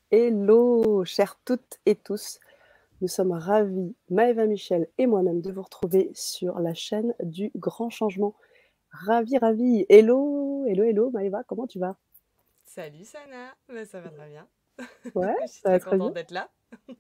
Hello, chères toutes et tous. Nous sommes ravis, Maëva Michel et moi-même, de vous retrouver sur la chaîne du Grand Changement. Ravi, ravi. Hello, hello, hello, Maëva, comment tu vas? Salut Sana, bah, ça va très bien. Ouais, Je suis ça va très très bien. contente d'être là.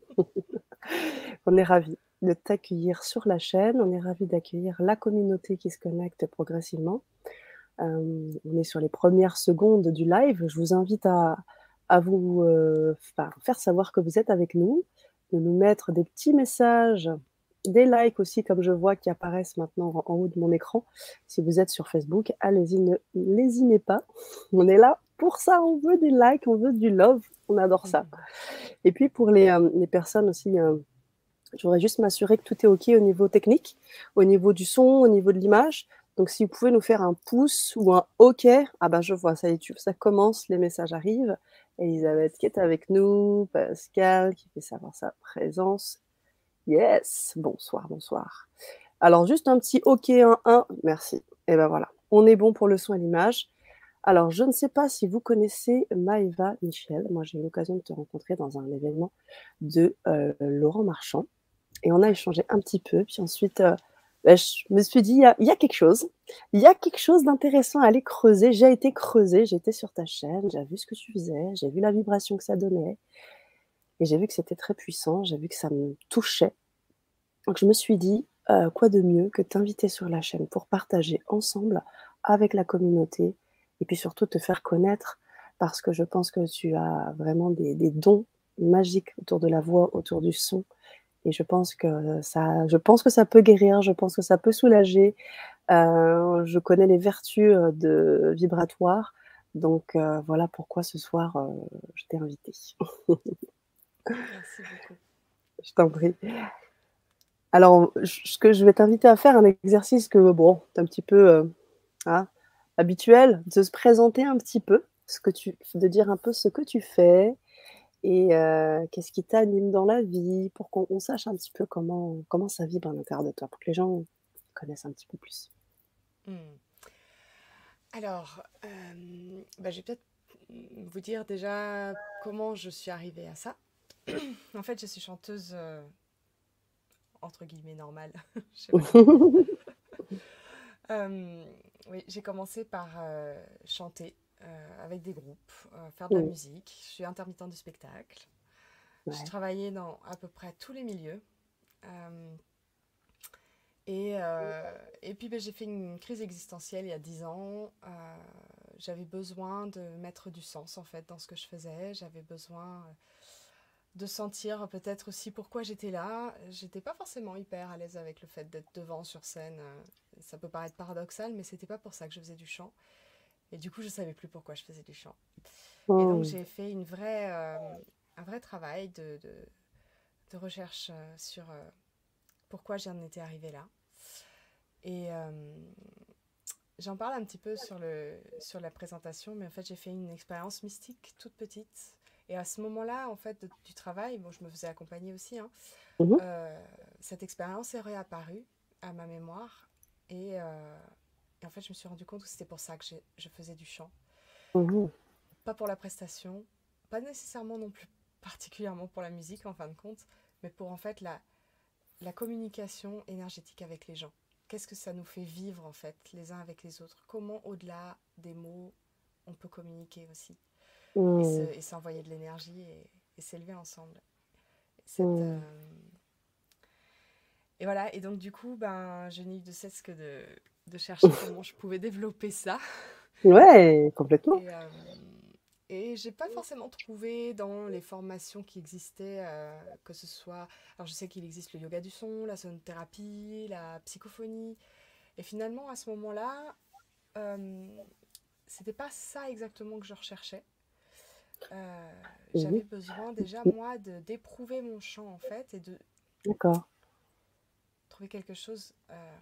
On est ravis de t'accueillir sur la chaîne. On est ravis d'accueillir la communauté qui se connecte progressivement. On est sur les premières secondes du live. Je vous invite à vous faire savoir que vous êtes avec nous, de nous mettre des petits messages, des likes aussi, comme je vois qui apparaissent maintenant en haut de mon écran. Si vous êtes sur Facebook, allez-y, ne lésinez pas. On est là pour ça, on veut des likes, on veut du love, on adore ça. Et puis pour les personnes aussi, je voudrais juste m'assurer que tout est OK au niveau technique, au niveau du son, au niveau de l'image. Donc, si vous pouvez nous faire un pouce ou un OK, ah ben je vois, ça y est, ça commence, les messages arrivent. Elisabeth qui Yes. est avec nous, Pascal qui fait savoir sa présence. Yes, bonsoir, bonsoir. Alors, juste un petit OK 1, merci. Et ben voilà, on est bon pour le son et l'image. Alors, je ne sais pas si vous connaissez Maëva Michel. Moi, j'ai eu l'occasion de te rencontrer dans un événement de Laurent Marchand. Et on a Ouais. échangé un petit peu. Puis ensuite, je me suis dit, il y a quelque chose. Il y a quelque chose d'intéressant à aller creuser. J'ai été creuser, j'ai été sur ta chaîne, j'ai vu ce que tu faisais, j'ai vu la vibration que ça donnait. Et j'ai vu que c'était très puissant, j'ai vu que ça me touchait. Donc je me suis dit, quoi de mieux que t'inviter sur la chaîne pour partager ensemble avec la communauté et puis surtout te faire connaître parce que je pense que tu as vraiment des dons magiques autour de la voix, autour du son et je pense que ça peut guérir, je pense que ça peut soulager. Je connais les vertus, de vibratoire, donc voilà pourquoi ce soir, je t'ai invitée. Merci beaucoup. Je t'en prie. Alors, ce que je vais t'inviter à faire un exercice que bon, tu un petit peu, hein, habituel, de se présenter un petit peu, de dire un peu ce que tu fais et qu'est-ce qui t'anime dans la vie pour qu'on sache un petit peu comment ça vibre à l'intérieur de toi, pour que les gens connaissent un petit peu plus. Hmm. Alors, bah, je vais peut-être vous dire déjà comment je suis arrivée à ça. En fait, je suis chanteuse entre guillemets normale. Je sais pas comment dire. Euh, oui, j'ai commencé par chanter avec des groupes, faire de la Mmh, musique. Je suis intermittente du spectacle. J'ai ouais. travaillé dans à peu près tous les milieux. Euh, et puis ben, j'ai fait une crise existentielle il y a 10 ans. J'avais besoin de mettre du sens en fait dans ce que je faisais. J'avais besoin de sentir peut-être aussi pourquoi j'étais là. J'étais pas forcément hyper à l'aise avec le fait d'être devant sur scène. Ça peut paraître paradoxal, mais c'était pas pour ça que je faisais du chant. Et du coup, je savais plus pourquoi je faisais du chant. Et donc Mmh, j'ai fait un vrai travail de recherche sur pourquoi j'en étais arrivée là. Et j'en parle un petit peu sur la présentation, mais en fait, j'ai fait une expérience mystique toute petite. Et à ce moment-là, en fait, du travail, bon, je me faisais accompagner aussi, hein, mmh cette expérience est réapparue à ma mémoire. Et en fait, je me suis rendu compte que c'était pour ça que je faisais du chant. mh. Pas pour la prestation, pas nécessairement non plus particulièrement pour la musique, en fin de compte, mais pour en fait la communication énergétique avec les gens. Qu'est-ce que ça nous fait vivre en fait les uns avec les autres? Comment au-delà des mots on peut communiquer aussi Mmh, et s'envoyer de l'énergie et s'élever ensemble. Cette, mmh. et voilà, et donc du coup, ben, je n'ai eu de cesse que de chercher comment je pouvais développer ça. Ouais, complètement. Et, et j'ai pas forcément trouvé dans les formations qui existaient, que ce soit. Alors je sais qu'il existe le yoga du son, la sonothérapie, la psychophonie. Et finalement, à ce moment-là, euh, c'était pas ça exactement que je recherchais. Mmh. J'avais besoin déjà, moi, d'éprouver mon chant, en fait, et de D'accord. trouver quelque chose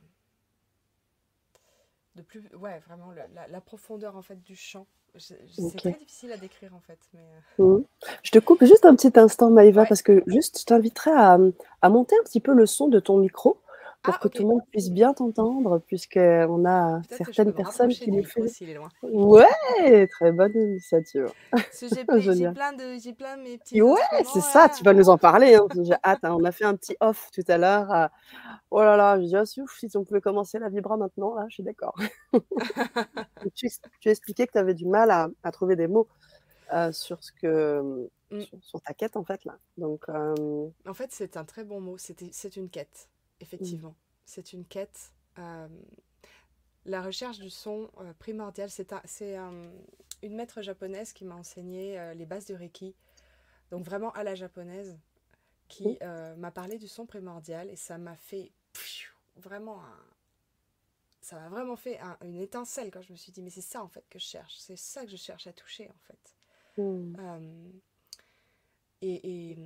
de plus. Ouais, vraiment, la profondeur, en fait, du chant. C'est OK. très difficile à décrire, en fait, mais. Mmh. Je te coupe juste un petit instant, Maëva, Ouais. parce que juste, je t'inviterais à monter un petit peu le son de ton micro pour Ah, que ok. tout le monde puisse bien t'entendre, puisqu'on a Peut-être que je peux certaines me personnes rapprocher qui du nous micro font s'il est loin. ouais, très bonne initiative. Parce que Génial. j'ai plein de mes Et petits ouais, c'est instruments ça, tu là. vas nous en parler, hein, j'ai hâte, hein. On a fait un petit off tout à l'heure, oh là là, j'ai dit: «Ah si ouf, si on pouvait commencer la vibra maintenant, là, je suis d'accord». Et tu expliquais que tu avais du mal à trouver des mots, sur ce que, Mm. sur ta quête, en fait, là. Donc, En fait, c'est un très bon mot. C'est une quête, mmh. effectivement. C'est une quête. La recherche du son primordial, une maître japonaise qui m'a enseigné les bases du Reiki, donc vraiment à la japonaise, Mmh. qui m'a parlé du son primordial et ça m'a fait vraiment ça m'a vraiment fait une étincelle quand je me suis dit mais c'est ça en fait que je cherche, c'est ça que je cherche à toucher en fait. Mmh. Euh, et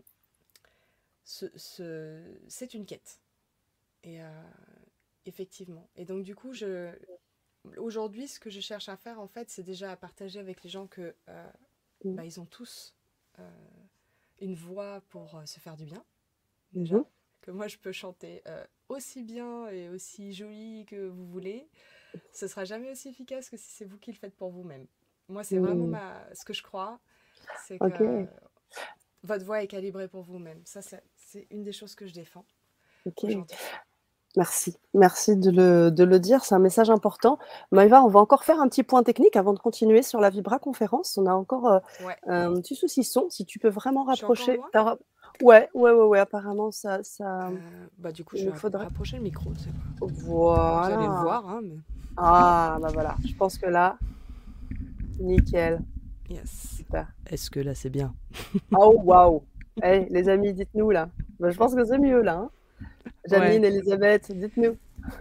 c'est une quête. Et effectivement. Et donc du coup, aujourd'hui, ce que je cherche à faire en fait, c'est déjà à partager avec les gens que Mmh. ils ont tous euh, une voix pour se faire du bien Mmh déjà, mh. que moi je peux chanter aussi bien et aussi joli que vous voulez, ce sera jamais aussi efficace que si c'est vous qui le faites pour vous-même. Moi, c'est vraiment Mmh. ce que je crois, c'est que OK, votre voix est calibrée pour vous-même. Ça, c'est une des choses que je défends OK. aujourd'hui. Merci. Merci de le dire, c'est un message important. Maëva, on va encore faire un petit point technique avant de continuer sur la Vibra conférence. On a encore, Ouais. un petit souci son. Si tu peux vraiment Je suis encore rapprocher loin. ta ra ouais, ouais, ouais, ouais, apparemment ça Bah du coup, il je nous vais faudrait rapprocher le micro, c'est quoi. Vous allez le voilà. voir, hein, mais... Ah, bah, voilà, je pense que là, nickel, Yes. super. Est-ce que là, c'est bien? Oh waouh! Eh les amis, dites-nous là. Bah, je pense que c'est mieux là, hein? Ouais. Janine, Elisabeth, dites-nous.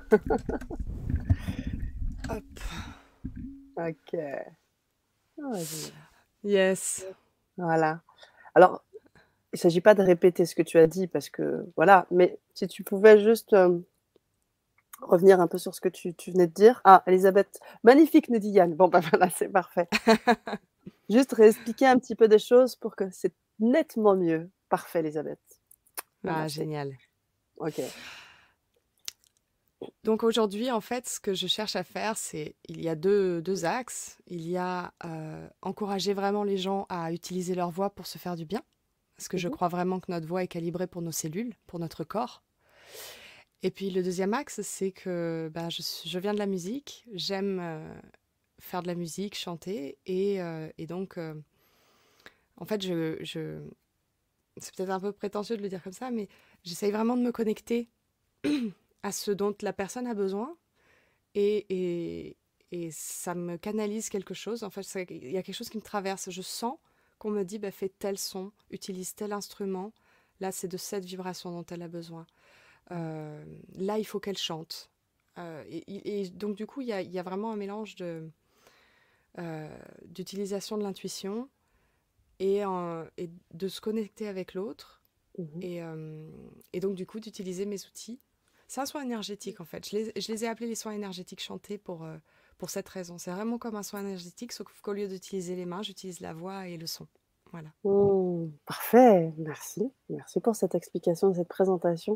Hop. OK. Ah génial. Yes. Voilà. Alors, il s'agit pas de répéter ce que tu as dit parce que voilà, mais si tu pouvais juste, revenir un peu sur ce que tu venais de dire. Ah, Elisabeth, magnifique, nous dit Yann. Bon, bah, voilà, c'est parfait. Juste réexpliquer un petit peu des choses pour que c'est nettement mieux. Parfait, Elisabeth. Ah, Namasté. génial. OK. Donc aujourd'hui, en fait, ce que je cherche à faire, c'est, il y a deux axes. Il y a encourager vraiment les gens à utiliser leur voix pour se faire du bien, parce que je Mmh. crois vraiment que notre voix est calibrée pour nos cellules, pour notre corps. Et puis le deuxième axe, c'est que ben, je viens de la musique, j'aime faire de la musique, chanter, et donc, en fait, c'est peut-être un peu prétentieux de le dire comme ça, mais j'essaye vraiment de me connecter à ce dont la personne a besoin et, et, et ça me canalise quelque chose. En fait, il y a quelque chose qui me traverse. Je sens qu'on me dit, bah, fais tel son, utilise tel instrument. Là, c'est de cette vibration dont elle a besoin. Là, il faut qu'elle chante. Et donc, du coup, il y a vraiment un mélange d'utilisation de l'intuition et de se connecter avec l'autre. Mmh. Et donc, du coup, d'utiliser mes outils. C'est un soin énergétique, en fait. Je les ai appelés les soins énergétiques chantés pour cette raison. C'est vraiment comme un soin énergétique, sauf qu'au lieu d'utiliser les mains, j'utilise la voix et le son. Voilà. Mmh. Parfait, merci. Merci pour cette explication et cette présentation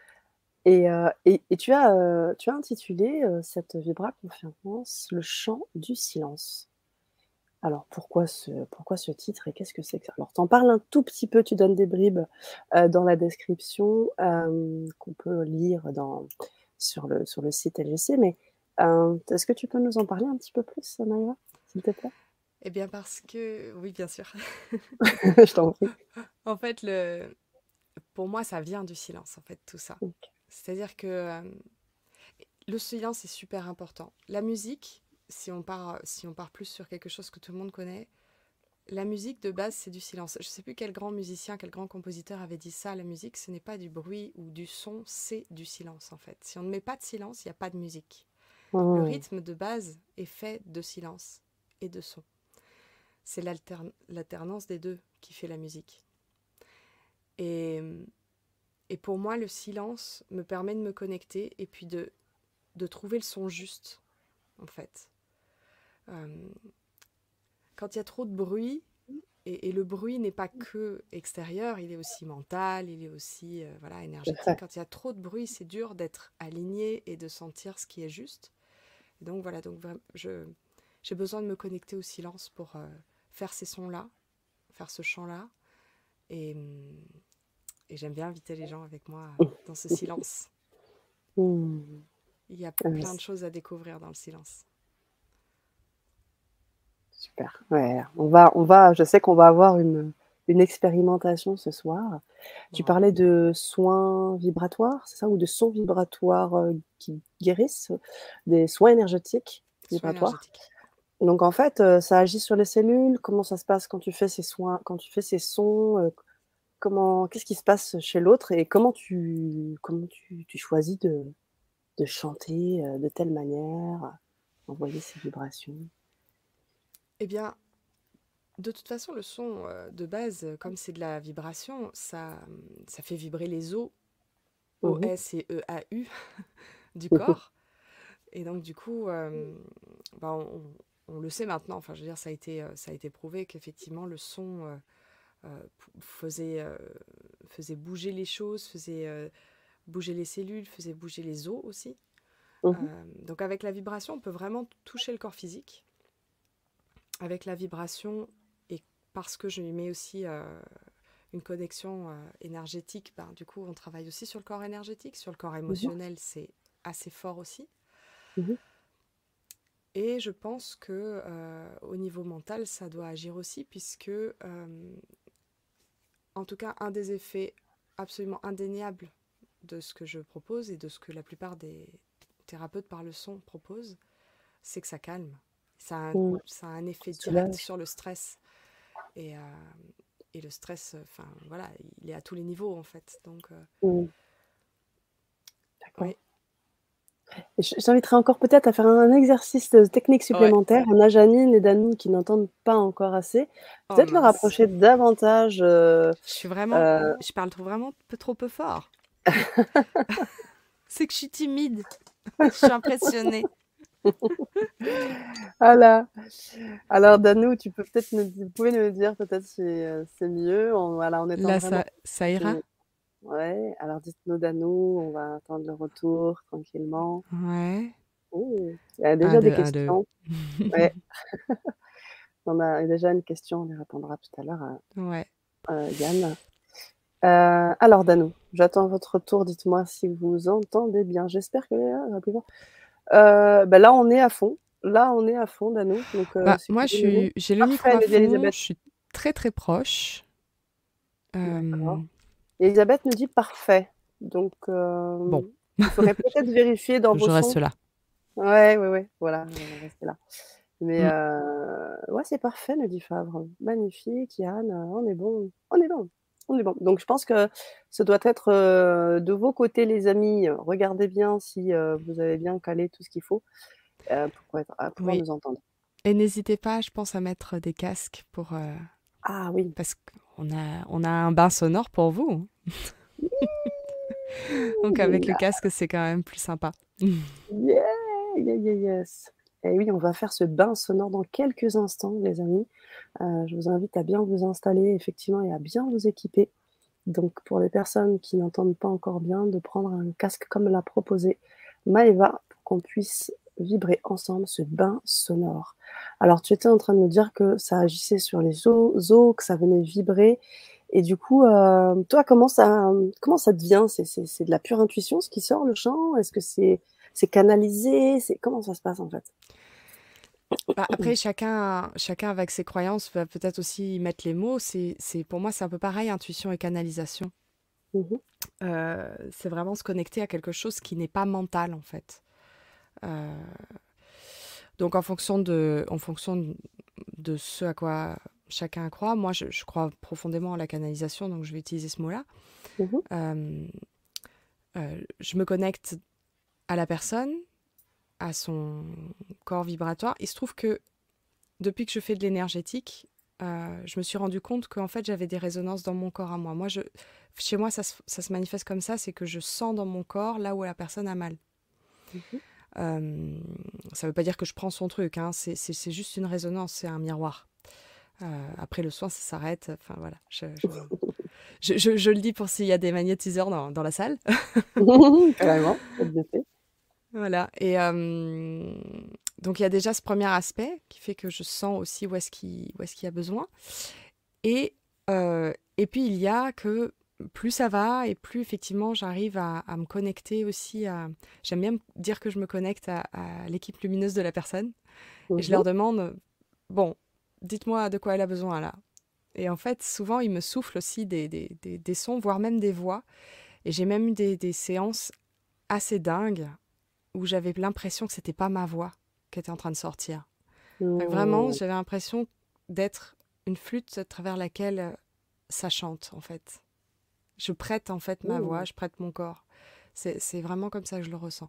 et tu as intitulé, cette vibra conférence «Le chant du silence». Alors pourquoi ce titre et qu'est-ce que c'est que ça? Alors tu en parles un tout petit peu, tu donnes des bribes, dans la description, qu'on peut lire sur le site LGC, mais, est-ce que tu peux nous en parler un petit peu plus, Maëva, s'il te plaît? Eh bien, parce que... Oui, bien sûr. Je t'en prie. En fait, pour moi, ça vient du silence, en fait, tout ça. OK. C'est-à-dire que le silence est super important. La musique, si on part plus sur quelque chose que tout le monde connaît, la musique de base, c'est du silence. Je ne sais plus quel grand musicien, quel grand compositeur avait dit ça. La musique, ce n'est pas du bruit ou du son, c'est du silence, en fait. Si on ne met pas de silence, il n'y a pas de musique. Le Mmh. rythme de base est fait de silence et de son. C'est l'alternance des deux qui fait la musique. Et, et pour moi, le silence me permet de me connecter et puis de trouver le son juste, en fait. Euh, Quand il y a trop de bruit, Et le bruit n'est pas que extérieur, il est aussi mental, il est aussi voilà, tout à énergétique. fait. Quand il y a trop de bruit, c'est dur d'être aligné et de sentir ce qui est juste. Et donc voilà, donc j'ai besoin de me connecter au silence pour faire ces sons-là, faire ce chant-là. Et, et j'aime bien inviter les gens avec moi dans ce silence. Hmm. Il y a Ah, plein de choses à découvrir dans le silence. super. Ouais, je sais qu'on va avoir une expérimentation ce soir. Tu Ouais, parlais de soins vibratoires, c'est ça? Ou de sons vibratoires qui guérissent, des soins énergétiques soins vibratoires. énergétiques. Donc en fait, ça agit sur les cellules. Comment ça se passe quand tu fais ces soins, quand tu fais ces sons? Qu'est-ce qui se passe chez l'autre et comment tu choisis de chanter de telle manière, envoyer ces vibrations? Eh bien, de toute façon, le son de base, comme c'est de la vibration, ça fait vibrer les os, Mhm. OS et EAU du corps. Et donc, du coup, bah, on le sait maintenant. Enfin, je veux dire, ça a été prouvé qu'effectivement, le son faisait bouger les choses, faisait bouger les cellules, faisait bouger les os aussi. Mhm. Donc, avec la vibration, on peut vraiment toucher le corps physique. Avec la vibration, et parce que je lui mets aussi une connexion énergétique, ben, du coup, on travaille aussi sur le corps énergétique. Sur le corps Mhm. émotionnel, c'est assez fort aussi. Mhm. Et je pense que au niveau mental, ça doit agir aussi, puisque, en tout cas, un des effets absolument indéniables de ce que je propose et de ce que la plupart des thérapeutes par le son proposent, c'est que ça calme. Ça a un, Mhm. ça a un effet direct Soulage. sur le stress. Et, et le stress, enfin voilà, il est à tous les niveaux en fait. Donc, Mhm. D'accord. oui, Et j'inviterai encore peut-être à faire un exercice technique ouais. supplémentaire. On a Janine et Danou qui n'entendent pas encore assez. Oh Peut-être leur mince. approcher davantage. Je parle vraiment trop peu fort. C'est que je suis timide. Je suis impressionnée. Voilà. Alors Danou, tu peux peut-être vous pouvez nous dire peut-être si c'est mieux. Voilà, on étant Là, vraiment. ça ira. Ouais. Alors dites-nous Danou, on va attendre le retour tranquillement. Ouais. Oh, il y a Un déjà des deux un deux. questions. Ouais, on a déjà une question, on y répondra tout à l'heure Ouais. à Yann. Alors Danou, j'attends votre retour. Dites-moi si vous entendez bien. J'espère que bah là on est à fond. Là on est à fond, Danou. Donc Bah, si moi, vous pouvez nous dire. j'ai le micro Parfait, à nous dit fond. Elisabeth. Je suis très très proche. D'accord. Euh, Elisabeth nous dit parfait. Donc bon, il faudrait peut-être vérifier dans vos je reste sons. là. Ouais, ouais, ouais. Voilà, on va rester là. Mais Mm. ouais, c'est parfait, nous dit Favre. Magnifique, Yann, on est bon, on est bon, on est bon. Donc je pense que ce doit être, de vos côtés les amis, regardez bien si, vous avez bien calé tout ce qu'il faut, pour pouvoir Oui. nous entendre. Et n'hésitez pas, je pense, à mettre des casques Ah oui, parce qu'on a un bain sonore pour vous. Donc avec le génial, casque, c'est quand même plus sympa. yeah, yeah, yeah, yes. Et oui, on va faire ce bain sonore dans quelques instants, les amis. Je vous invite à bien vous installer effectivement et à bien vous équiper. Donc pour les personnes qui n'entendent pas encore bien, de prendre un casque comme l'a proposé Maëva pour qu'on puisse vibrer ensemble ce bain sonore. Alors tu étais en train de me dire que ça agissait sur les os, que ça venait vibrer et du coup, toi comment ça te vient? C'est de la pure intuition ce qui sort, le chant? Est-ce que c'est canalisé? Comment ça se passe en fait? Bah, après, chacun avec ses croyances va peut-être aussi y mettre les mots. Pour moi, c'est un peu pareil, intuition et canalisation. Mmh. C'est vraiment se connecter à quelque chose qui n'est pas mental, en fait. Euh, donc, en fonction de ce à quoi chacun croit, moi, je crois profondément à la canalisation, donc je vais utiliser ce mot-là. Mmh. Euh, je me connecte à la personne, à son corps vibratoire. Il se trouve que depuis que je fais de l'énergétique, je me suis rendu compte qu'en fait, j'avais des résonances dans mon corps à moi. Chez moi, ça se manifeste comme ça, c'est que je sens dans mon corps là où la personne a mal. Mmh. Ça ne veut pas dire que je prends son truc, hein, c'est juste une résonance, c'est un miroir. Après le soin, ça s'arrête. Enfin voilà, je le dis pour s'il y a des magnétiseurs dans la salle. Carrément, faites bien fait. Voilà. Et donc il y a déjà ce premier aspect qui fait que je sens aussi où est-ce qu'il y a besoin. Et puis il y a que plus ça va et plus effectivement j'arrive à me connecter aussi à... J'aime bien dire que je me connecte à l'équipe lumineuse de la personne et je Mhm. leur demande, bon, dites-moi de quoi elle a besoin là. Et en fait, souvent, ils me soufflent aussi des sons, voire même des voix. Et j'ai même eu des séances assez dingues où j'avais l'impression que c'était pas ma voix qui était en train de sortir. Fait que vraiment, Mm. j'avais l'impression d'être une flûte à travers laquelle ça chante, en fait. Je prête, en fait, ma voix, Mm. je prête mon corps. C'est vraiment comme ça que je le ressens.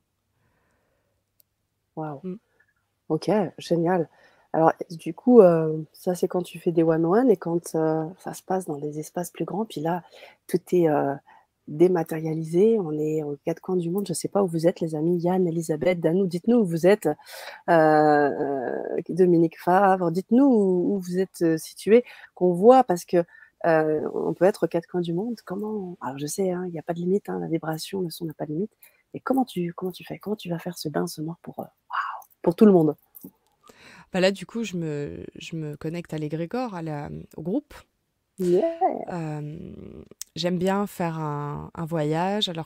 Waouh. Mm. Ok, génial. Alors, du coup, ça, c'est quand tu fais des one-one et quand ça se passe dans des espaces plus grands. Puis là, tout est dématérialisé. On est aux quatre coins du monde. Je ne sais pas où vous êtes, les amis. Yann, Elisabeth, Danou, dites-nous où vous êtes. Dominique Favre, dites-nous où vous êtes situés, qu'on voit, parce que on peut être aux quatre coins du monde. Comment... Alors, je sais, hein, il n'y a pas de limite, hein, la vibration, le son n'a pas de limite. Mais comment tu fais? Comment tu vas faire ce bain sonore pour tout le monde? Bah là, du coup, je me connecte à l'égrégore, au groupe. Yeah. Euh, J'aime bien faire un voyage. Alors,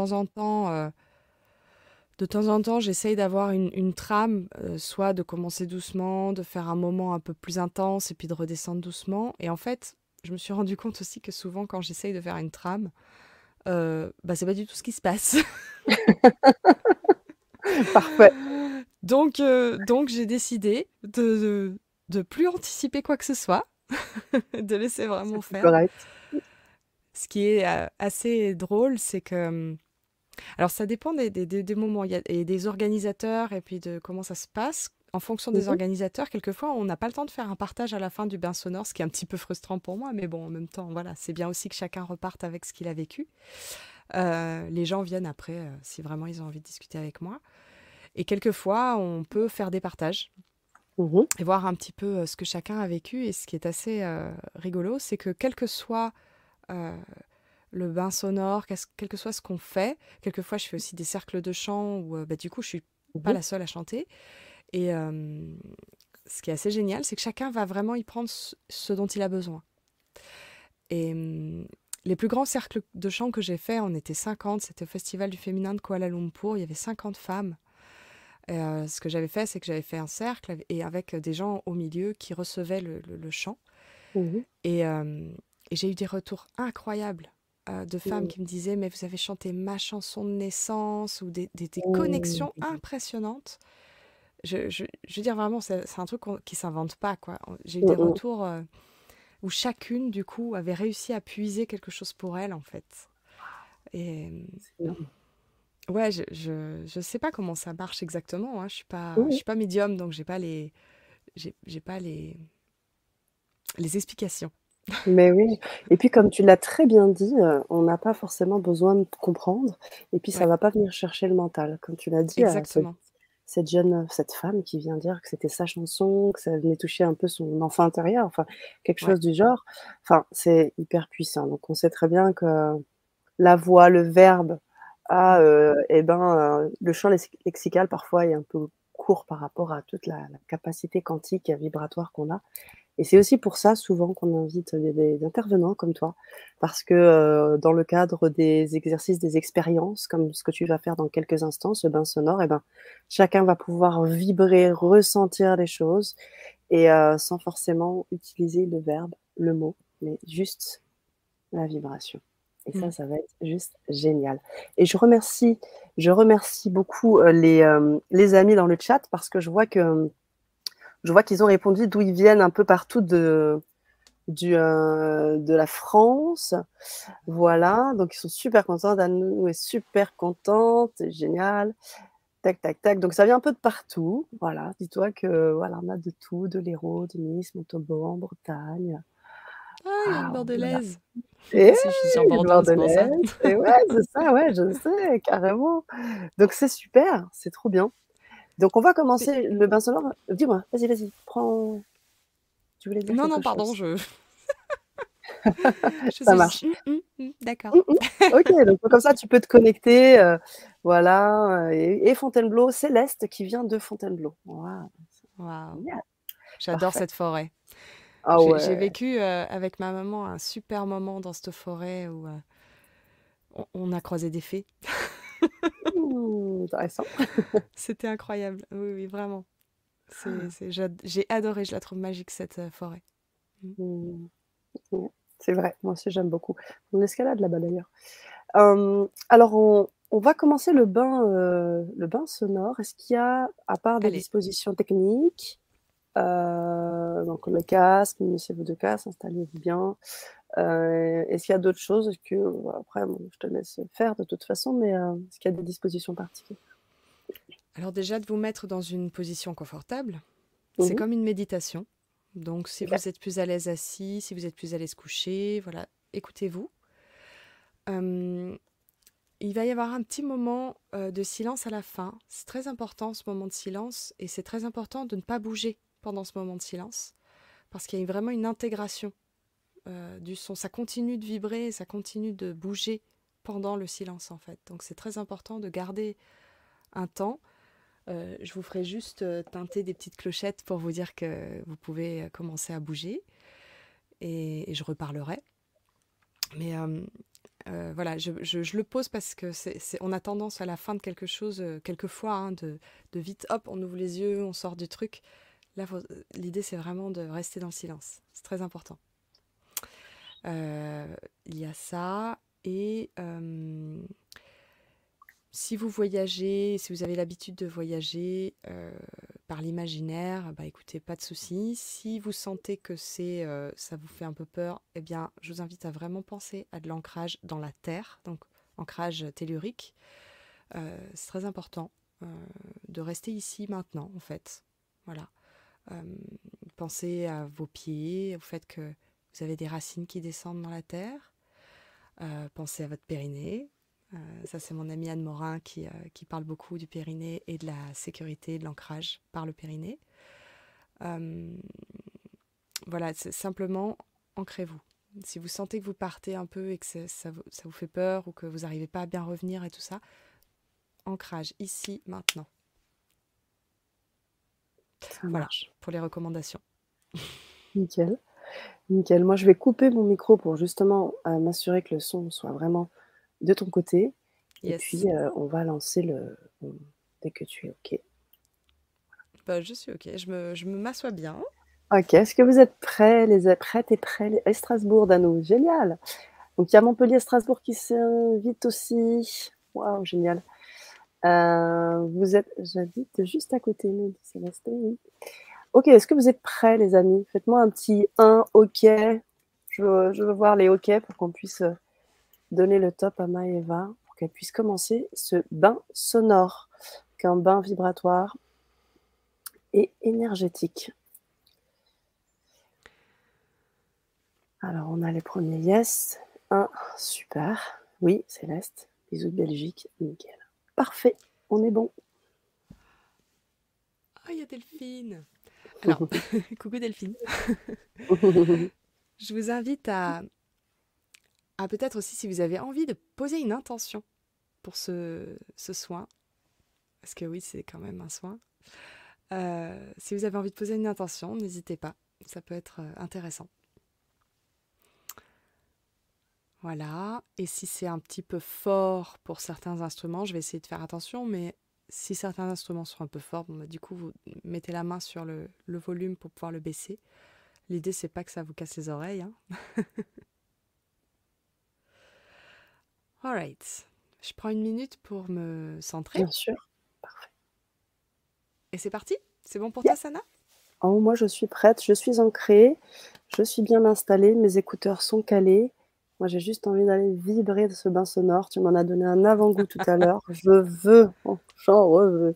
de temps en temps, j'essaye d'avoir une trame, soit de commencer doucement, de faire un moment un peu plus intense et puis de redescendre doucement. Et en fait, je me suis rendu compte aussi que souvent, quand j'essaye de faire une trame, bah, c'est pas du tout ce qui se passe. Parfait, Donc j'ai décidé de plus anticiper quoi que ce soit, de laisser vraiment c'est faire. correct. Ce qui est assez drôle, c'est que alors ça dépend des moments et des organisateurs et puis de comment ça se passe. En fonction des Mhm, organisateurs, quelquefois, on n'a pas le temps de faire un partage à la fin du bain sonore, ce qui est un petit peu frustrant pour moi, mais bon, en même temps, voilà, c'est bien aussi que chacun reparte avec ce qu'il a vécu. Les gens viennent après, si vraiment ils ont envie de discuter avec moi. Et quelquefois, on peut faire des partages mhm, et voir un petit peu ce que chacun a vécu. Et ce qui est assez rigolo, c'est que quel que soit euh, le bain sonore, quel que soit ce qu'on fait. Quelquefois, je fais aussi des cercles de chant où, bah, du coup, je suis pas mhm. la seule à chanter. Et ce qui est assez génial, c'est que chacun va vraiment y prendre ce dont il a besoin. Et les plus grands cercles de chant que j'ai fait, on était 50. C'était au Festival du féminin de Kuala Lumpur. Il y avait 50 femmes. Ce que j'avais fait, c'est que j'avais fait un cercle et avec des gens au milieu qui recevaient le chant. Mhm. Et, euh, et j'ai eu des retours incroyables de femmes Mhm. qui me disaient mais vous avez chanté ma chanson de naissance ou des connexions Mhm. impressionnantes. Je veux dire vraiment, c'est un truc qui s'invente pas, quoi. J'ai eu des Mhm. retours où chacune, du coup, avait réussi à puiser quelque chose pour elle, en fait. Et C'est énorme. ouais, je sais pas comment ça marche exactement, hein. Je Mhm. suis pas médium, donc j'ai pas les explications. Mais oui, et puis comme tu l'as très bien dit, on n'a pas forcément besoin de comprendre, et puis ça Ouais, va pas venir chercher le mental. Comme tu l'as dit, exactement. cette femme qui vient dire que c'était sa chanson, que ça venait toucher un peu son enfant intérieur, enfin quelque Ouais. chose du genre. Enfin, c'est hyper puissant. Donc on sait très bien que la voix, le verbe a, Mm. et ben, le champ lexical parfois est un peu court par rapport à toute la capacité quantique et vibratoire qu'on a. Et c'est aussi pour ça souvent qu'on invite des intervenants comme toi, parce que dans le cadre des exercices, des expériences, comme ce que tu vas faire dans quelques instants, ce bain sonore, et ben, chacun va pouvoir vibrer, ressentir des choses, et sans forcément utiliser le verbe, le mot, mais juste la vibration. Et Mm. ça va être juste génial. Et je remercie beaucoup les amis dans le chat, parce que je vois qu'ils ont répondu d'où ils viennent un peu partout de la France. Voilà, donc ils sont super contents. Danou est super contente, c'est génial. Tac, tac, tac. Donc ça vient un peu de partout. Voilà, dis-toi que voilà, on a de tout, de l'Hérault, de Nice, Montauban, Bretagne. Ah, il y a une Waouh, voilà. bordelaise. Moi Et aussi, je suis sur une Bordeaux, c'est pour ça. bordelaise. Et ouais, c'est ça, ouais, je sais, carrément. Donc c'est super, c'est trop bien. Donc on va Mais commencer le bain sonore. Dis-moi, vas-y, vas-y, prends. Tu voulais dire Non, non, quelque pardon, chose? je Ça faisais juste, marche. d'accord. Ok, donc comme ça, tu peux te connecter. Voilà. Et Fontainebleau, Céleste qui vient de Fontainebleau. Waouh, Waouh, génial. j'adore Parfait. cette forêt. Ah J'ai ouais. vécu avec ma maman un super moment dans cette forêt où on a croisé des fées. Intéressant. C'était incroyable. Oui, oui, vraiment. J'ai adoré, je la trouve magique cette forêt. Mm. Mmh. Ouais, c'est vrai, moi aussi j'aime beaucoup. On escalade là-bas d'ailleurs. Alors on va commencer le bain sonore. Est-ce qu'il y a, à part des Allez, dispositions techniques, donc le casque, munissez-vous de casque, installez-vous bien. Est-ce qu'il y a d'autres choses? Est-ce que après bon, je te laisse faire de toute façon, mais est-ce qu'il y a des dispositions particulières? alors déjà de vous mettre dans une position confortable, c'est Mmh. comme une méditation. Donc si OK. vous êtes plus à l'aise assis, si vous êtes plus à l'aise couché, voilà, écoutez-vous. Euh, il va y avoir un petit moment de silence à la fin. C'est très important ce moment de silence et c'est très important de ne pas bouger pendant ce moment de silence parce qu'il y a vraiment une intégration du son. Ça continue de vibrer, ça continue de bouger pendant le silence en fait. Donc c'est très important de garder un temps. Je vous ferai juste teinter des petites clochettes pour vous dire que vous pouvez commencer à bouger et je reparlerai. Mais voilà, je le pose parce que on a tendance à la fin de quelque chose, quelquefois, hein, de vite, hop, on ouvre les yeux, on sort du truc. Là, l'idée, c'est vraiment de rester dans le silence. C'est très important. Il y a ça. Et si vous voyagez, si vous avez l'habitude de voyager par l'imaginaire, bah écoutez, pas de souci. Si vous sentez que ça vous fait un peu peur, eh bien, je vous invite à vraiment penser à de l'ancrage dans la terre, donc ancrage tellurique. C'est très important de rester ici maintenant, en fait. Voilà. Euh, Pensez à vos pieds, au fait que vous avez des racines qui descendent dans la terre. Pensez à votre périnée. Ça, c'est mon amie Anne Morin qui parle beaucoup du périnée et de la sécurité, de l'ancrage par le périnée. Euh, voilà, c'est simplement ancrez-vous. Si vous sentez que vous partez un peu et que ça vous fait peur ou que vous n'arrivez pas à bien revenir et tout ça, ancrage ici, maintenant. Ça Voilà, marche. pour les recommandations. Nickel, nickel. Moi, je vais couper mon micro pour justement, m'assurer que le son soit vraiment de ton côté et Yes. puis, on va lancer dès que tu es OK. Bah, je suis OK. Je me m'assois bien. OK. Est-ce que vous êtes prêtes et prêts les et Strasbourg, Danou? Génial! Donc il y a Montpellier-Strasbourg qui s'invite aussi. Waouh, génial. J'habite juste à côté, nous dit Célestin, oui. OK, est-ce que vous êtes prêts les amis? Faites-moi un petit 1 OK. Je veux voir les OK pour qu'on puisse, donner le top à Maëva pour qu'elle puisse commencer ce bain sonore, qu'un bain vibratoire et énergétique. Alors, on a les premiers yes. Un, super. Oui, Céleste. Bisous de Belgique. Nickel. Parfait. On est bon. Ah, il y a Delphine. Alors, coucou Delphine. Je vous invite à peut-être aussi, si vous avez envie, de poser une intention pour ce soin. Parce que oui, c'est quand même un soin. Si vous avez envie de poser une intention, n'hésitez pas. Ça peut être intéressant. Voilà. Et si c'est un petit peu fort pour certains instruments, je vais essayer de faire attention. Mais si certains instruments sont un peu forts, bon, bah, du coup, vous mettez la main sur le volume pour pouvoir le baisser. L'idée, c'est pas que ça vous casse les oreilles, hein. Alright. Je prends une minute pour me centrer. Bien sûr. Parfait. Et c'est parti? C'est bon pour Yeah. toi, Sana? Oh, moi, je suis prête. Je suis ancrée. Je suis bien installée. Mes écouteurs sont calés. Moi, j'ai juste envie d'aller vibrer de ce bain sonore. Tu m'en as donné un avant-goût tout à l'heure. Je veux. Oh, j'en veux.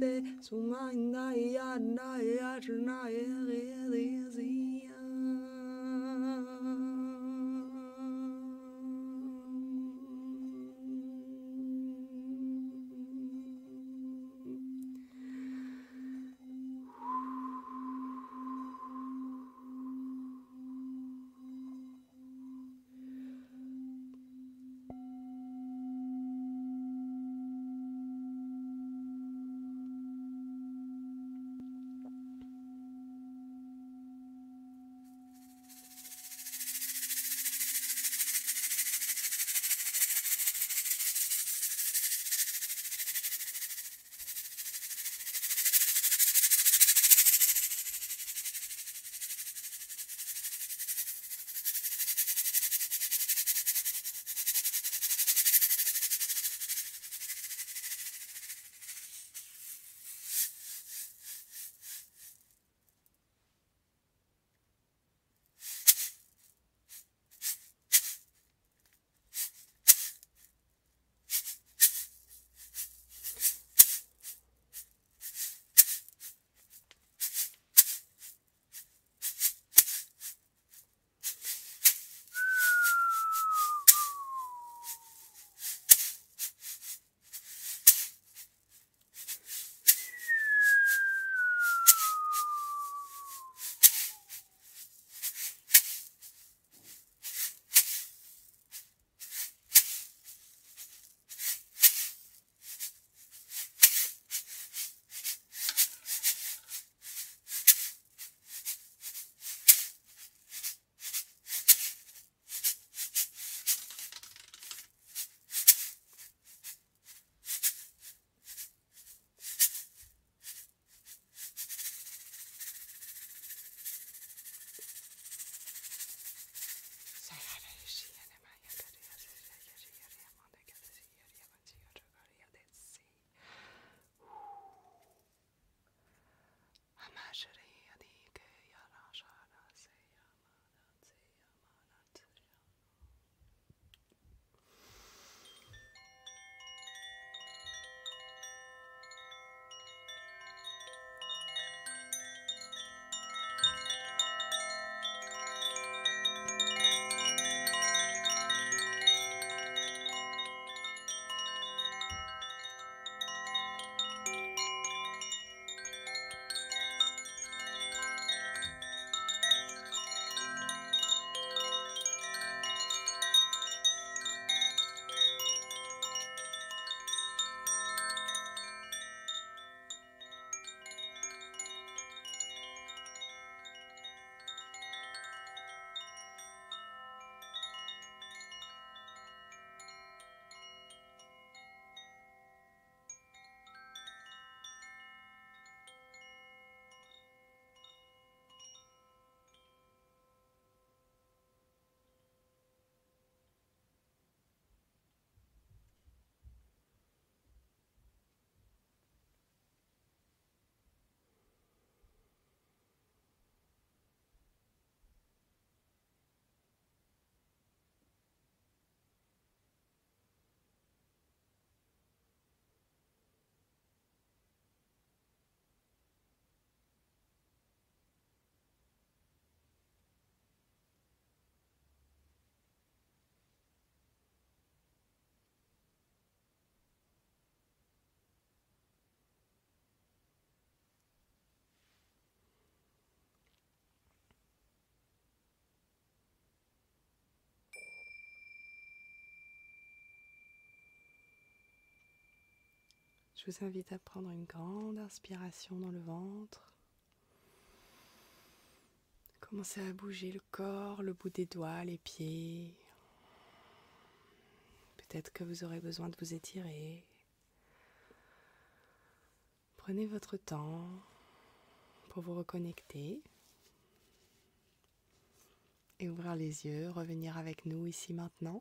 Je vous invite à prendre une grande inspiration dans le ventre. Commencez à bouger le corps, le bout des doigts, les pieds. Peut-être que vous aurez besoin de vous étirer. Prenez votre temps pour vous reconnecter et ouvrir les yeux, revenir avec nous ici maintenant.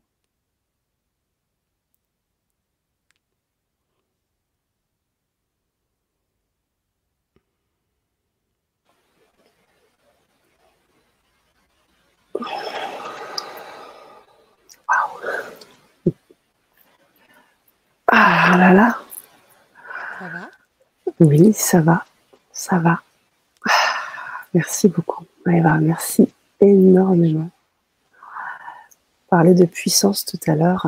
Ah là là, Ça va? Oui, ça va, ça va. Merci beaucoup, Maëva, merci énormément. Parler de puissance tout à l'heure,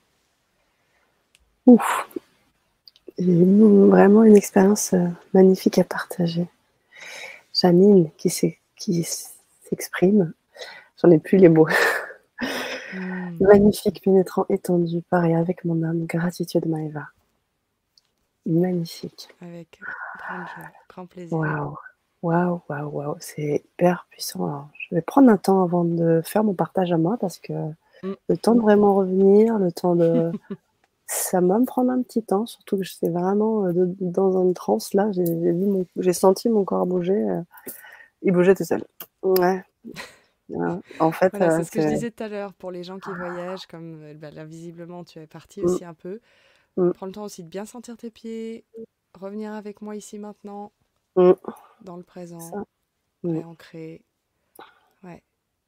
ouf, j'ai eu vraiment une expérience magnifique à partager. Janine qui s'exprime, j'en ai plus les mots. Magnifique, pénétrant, étendu, pareil avec mon âme, gratitude Maëva. Magnifique. Avec grande joie, grand plaisir. Waouh, waouh, waouh, waouh, c'est hyper puissant. Alors, je vais prendre un temps avant de faire mon partage à moi parce que le temps de vraiment revenir, le temps de... Ça va me prendre un petit temps, surtout que j'étais vraiment dans une transe là, j'ai senti mon corps bouger, il bougeait tout seul. Ouais. En fait, voilà, c'est ce que je disais tout à l'heure pour les gens qui voyagent, comme là visiblement tu es parti aussi un peu. Prends le temps aussi de bien sentir tes pieds, revenir avec moi ici maintenant, dans le présent, réancrer. Ouais.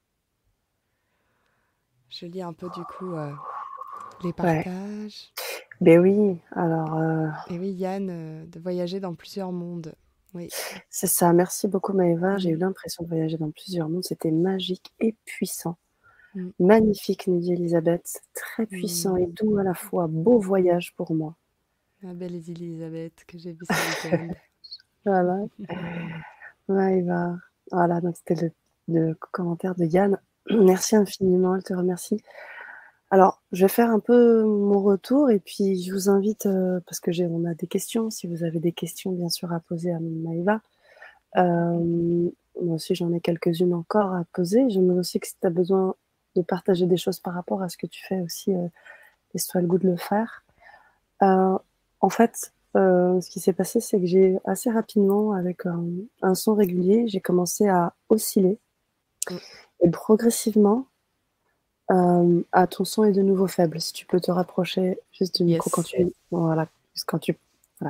Je lis un peu du coup les partages. Ben oui, alors... Et oui, Yann, de voyager dans plusieurs mondes. Oui. C'est ça, merci beaucoup Maëva. J'ai eu l'impression de voyager dans plusieurs mondes, c'était magique et puissant. Magnifique, nous dit Elisabeth, très puissant et doux à la fois, beau voyage pour moi. La belle Elisabeth que j'ai vue ce week-end. Voilà. Maëva. Voilà, donc c'était le commentaire de Yann. Merci infiniment, elle te remercie. Alors, je vais faire un peu mon retour et puis je vous invite, parce que on a des questions, si vous avez des questions bien sûr à poser à Maëva. Moi aussi j'en ai quelques-unes encore à poser. J'aimerais aussi que si tu as besoin de partager des choses par rapport à ce que tu fais aussi, laisse-toi le goût de le faire. En fait, ce qui s'est passé, c'est que j'ai assez rapidement, avec un son régulier, j'ai commencé à osciller. Et progressivement, ton son est de nouveau faible. Si tu peux te rapprocher juste du micro quand tu... Voilà, juste quand tu... Voilà.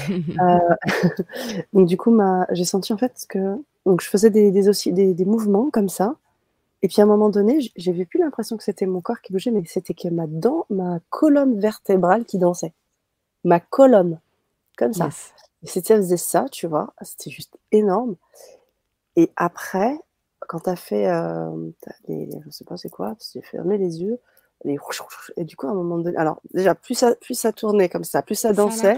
Donc du coup, j'ai senti en fait que... Donc je faisais des mouvements comme ça. Et puis à un moment donné, j'avais plus l'impression que c'était mon corps qui bougeait, mais c'était que ma colonne vertébrale qui dansait. Ma colonne, comme ça. Et ça faisait ça, tu vois, c'était juste énorme. Et après, quand tu as fait, je sais pas c'est quoi, parce que j'ai fermé les yeux, et du coup à un moment donné, alors déjà plus ça tournait comme ça, plus ça dansait.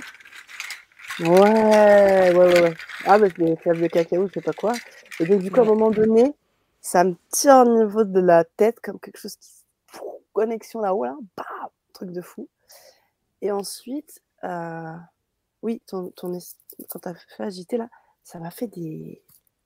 Ouais. Ah bah des fèves de cacao, je sais pas quoi. Et donc du coup à un moment donné, ça me tient au niveau de la tête comme quelque chose qui... Connexion là-haut, là, bam, truc de fou. Et ensuite, oui, quand tu as fait agiter là, ça m'a fait des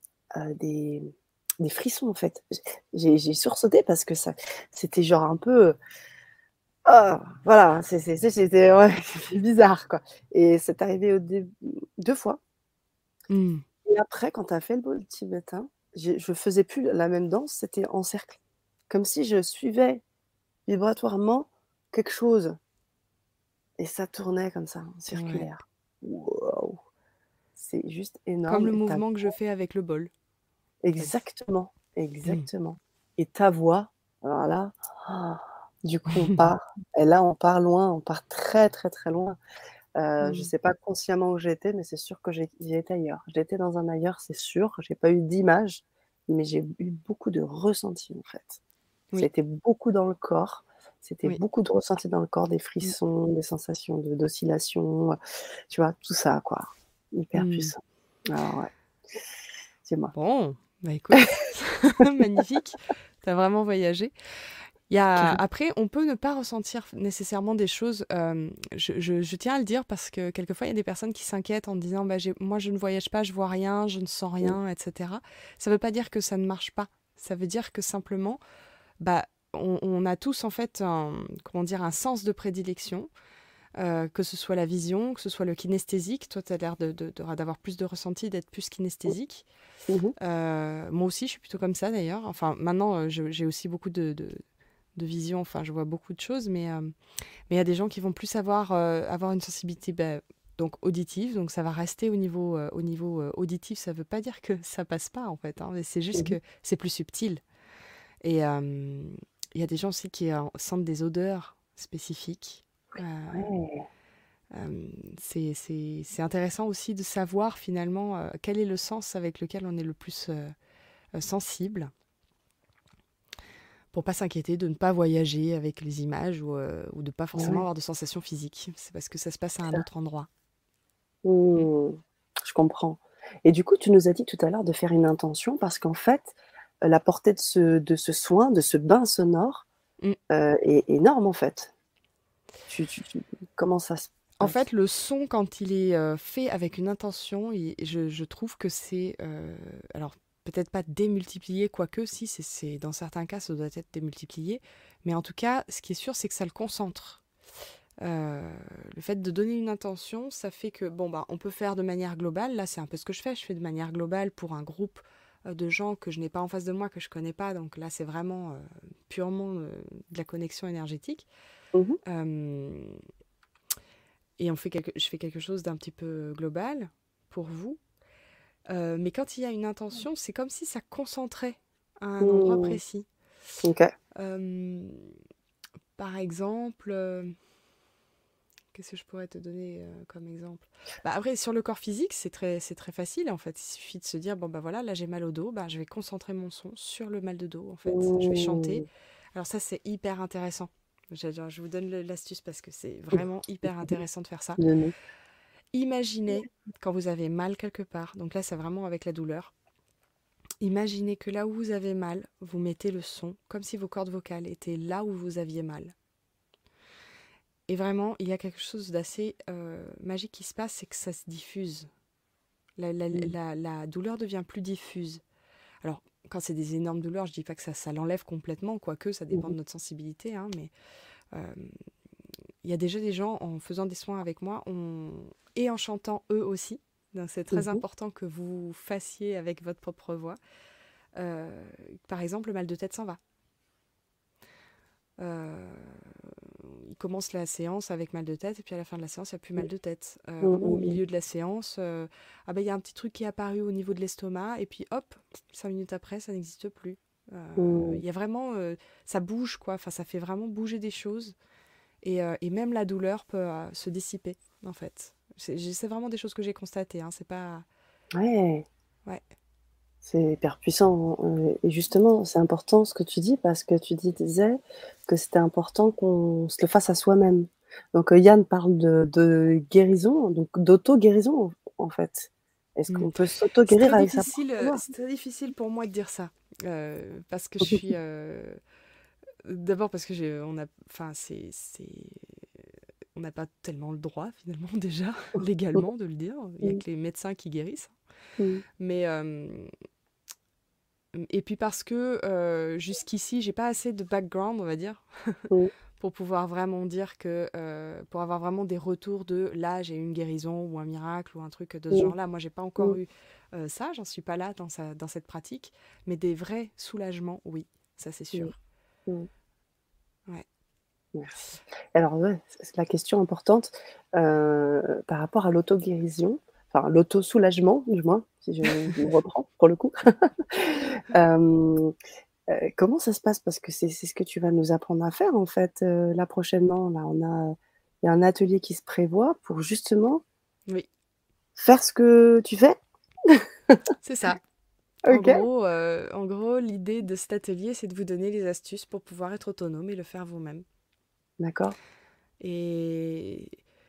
frissons en fait. J'ai sursauté parce que c'était genre un peu... voilà, c'était ouais, bizarre quoi. Et c'est arrivé 2 fois. Et après, quand tu as fait le bol tibétain, je faisais plus la même danse, c'était en cercle. Comme si je suivais vibratoirement quelque chose. Et ça tournait comme ça, en circulaire. Waouh! C'est juste énorme. Comme le mouvement que je fais avec le bol. Exactement, exactement. Et ta voix, alors là, du coup on part. Et là on part loin, on part très très très loin. Je sais pas consciemment où j'étais, mais c'est sûr que j'étais ailleurs. J'étais dans un ailleurs, c'est sûr. J'ai pas eu d'image, mais j'ai eu beaucoup de ressentis en fait. C'était beaucoup dans le corps. C'était beaucoup de ressentis dans le corps, des frissons, des sensations d'oscillation, tu vois, tout ça quoi. Hyper puissant. Alors ouais. C'est moi. Bon, bah écoute, magnifique. Tu as vraiment voyagé. Après, on peut ne pas ressentir nécessairement des choses. Je tiens à le dire parce que quelquefois, il y a des personnes qui s'inquiètent en disant moi, je ne voyage pas, je vois rien, je ne sens rien, etc. Ça ne veut pas dire que ça ne marche pas. Ça veut dire que simplement, on a tous en fait un sens de prédilection. Que ce soit la vision, que ce soit le kinesthésique. Toi, tu as l'air d'avoir plus de ressenti, d'être plus kinesthésique. Moi aussi, je suis plutôt comme ça d'ailleurs. Enfin, maintenant, j'ai aussi beaucoup de vision. Enfin, je vois beaucoup de choses, mais il y a des gens qui vont plus avoir une sensibilité donc auditive. Donc, ça va rester au niveau auditif. Ça ne veut pas dire que ça passe pas, en fait. Hein, mais c'est juste que c'est plus subtil. Et il y a des gens aussi qui sentent des odeurs spécifiques. C'est intéressant aussi de savoir finalement quel est le sens avec lequel on est le plus sensible, pour pas s'inquiéter de ne pas voyager avec les images ou de pas Ah forcément ouais, avoir de sensations physiques. C'est parce que ça se passe à c'est un ça. autre endroit. Mm. Mmh. Je comprends. Et du coup, tu nous as dit tout à l'heure de faire une intention parce qu'en fait, la portée de ce soin, de ce bain sonore, Mm. est énorme en fait. Comment ça se En fait, passe? le son, quand il est fait avec une intention, je trouve que c'est... alors, peut-être pas démultiplié, quoique, si, dans certains cas, ça doit être démultiplié. Mais en tout cas, ce qui est sûr, c'est que ça le concentre. Le fait de donner une intention, ça fait que, bon, bah, on peut faire de manière globale. Là, c'est un peu ce que je fais. Je fais de manière globale pour un groupe de gens que je n'ai pas en face de moi, que je connais pas. Donc là, c'est vraiment purement de la connexion énergétique. Mmh. Euh, et je fais quelque chose d'un petit peu global pour vous. Mais quand il y a une intention, c'est comme si ça concentrait à un endroit Mmh. précis. OK. Euh, Par exemple, qu'est-ce que je pourrais te donner comme exemple? Bah, après, sur le corps physique, c'est très facile en fait. Il suffit de se dire, bon bah voilà, là j'ai mal au dos, bah, je vais concentrer mon son sur le mal de dos en fait. Je vais chanter. Mmh. Alors ça, c'est hyper intéressant. Je vous donne l'astuce parce que c'est vraiment hyper intéressant de faire ça. Donner. Imaginez quand vous avez mal quelque part, donc là c'est vraiment avec la douleur. Imaginez que là où vous avez mal, vous mettez le son comme si vos cordes vocales étaient là où vous aviez mal. Et vraiment, il y a quelque chose d'assez magique qui se passe, c'est que ça se diffuse. Mmh. La douleur devient plus diffuse. Alors, quand c'est des énormes douleurs, je dis pas que ça l'enlève complètement, quoique ça dépend Mmh. de notre sensibilité, hein, mais euh, il y a déjà des gens, en faisant des soins avec moi, et en chantant eux aussi, donc c'est très Mmh. important que vous fassiez avec votre propre voix. Euh, Par exemple, le mal de tête s'en va. Euh, il commence la séance avec mal de tête et puis à la fin de la séance, il n'y a plus mal de tête. Mmh. Ou au Mmh. milieu de la séance, ah ben, il y a un petit truc qui est apparu au niveau de l'estomac et puis hop, 5 minutes après, ça n'existe plus. Mmh. Il y a vraiment, ça bouge quoi, enfin ça fait vraiment bouger des choses et même la douleur peut se dissiper en fait. C'est vraiment des choses que j'ai constatées, hein, c'est pas... Ouais, Ouais. c'est hyper puissant, et justement, c'est important ce que tu dis parce que tu disais que c'était important qu'on se le fasse à soi-même. Donc, Yann parle de guérison, donc d'auto-guérison en fait. Est-ce Mm. qu'on peut s'auto-guérir avec sa propre voix? C'est très difficile pour moi de dire ça. Parce que je suis... D'abord parce que on a, enfin, on n'a pas tellement le droit finalement déjà légalement de le dire. Il y a Mmh. que les médecins qui guérissent. Mmh. Mais et puis parce que jusqu'ici j'ai pas assez de background, on va dire, Mmh. pour pouvoir vraiment dire que pour avoir vraiment des retours de là j'ai eu une guérison ou un miracle ou un truc de ce Mmh. genre-là. Moi j'ai pas encore Mmh. eu ça, j'en suis pas là dans cette pratique. Mais des vrais soulagements, oui, ça c'est Mmh. sûr. Mmh. Ouais. Merci. Alors ouais, c'est la question importante, par rapport à l'auto-guérison, enfin l'auto-soulagement du moins, si je me reprends pour le coup. Hem, Comment ça se passe? Parce que c'est ce que tu vas nous apprendre à faire en fait, là prochainement. Là, il y a un atelier qui se prévoit pour justement Oui, faire ce que tu fais? c'est ça. OK, En gros, l'idée de cet atelier, c'est de vous donner les astuces pour pouvoir être autonome et le faire vous-même. d'accord. Et,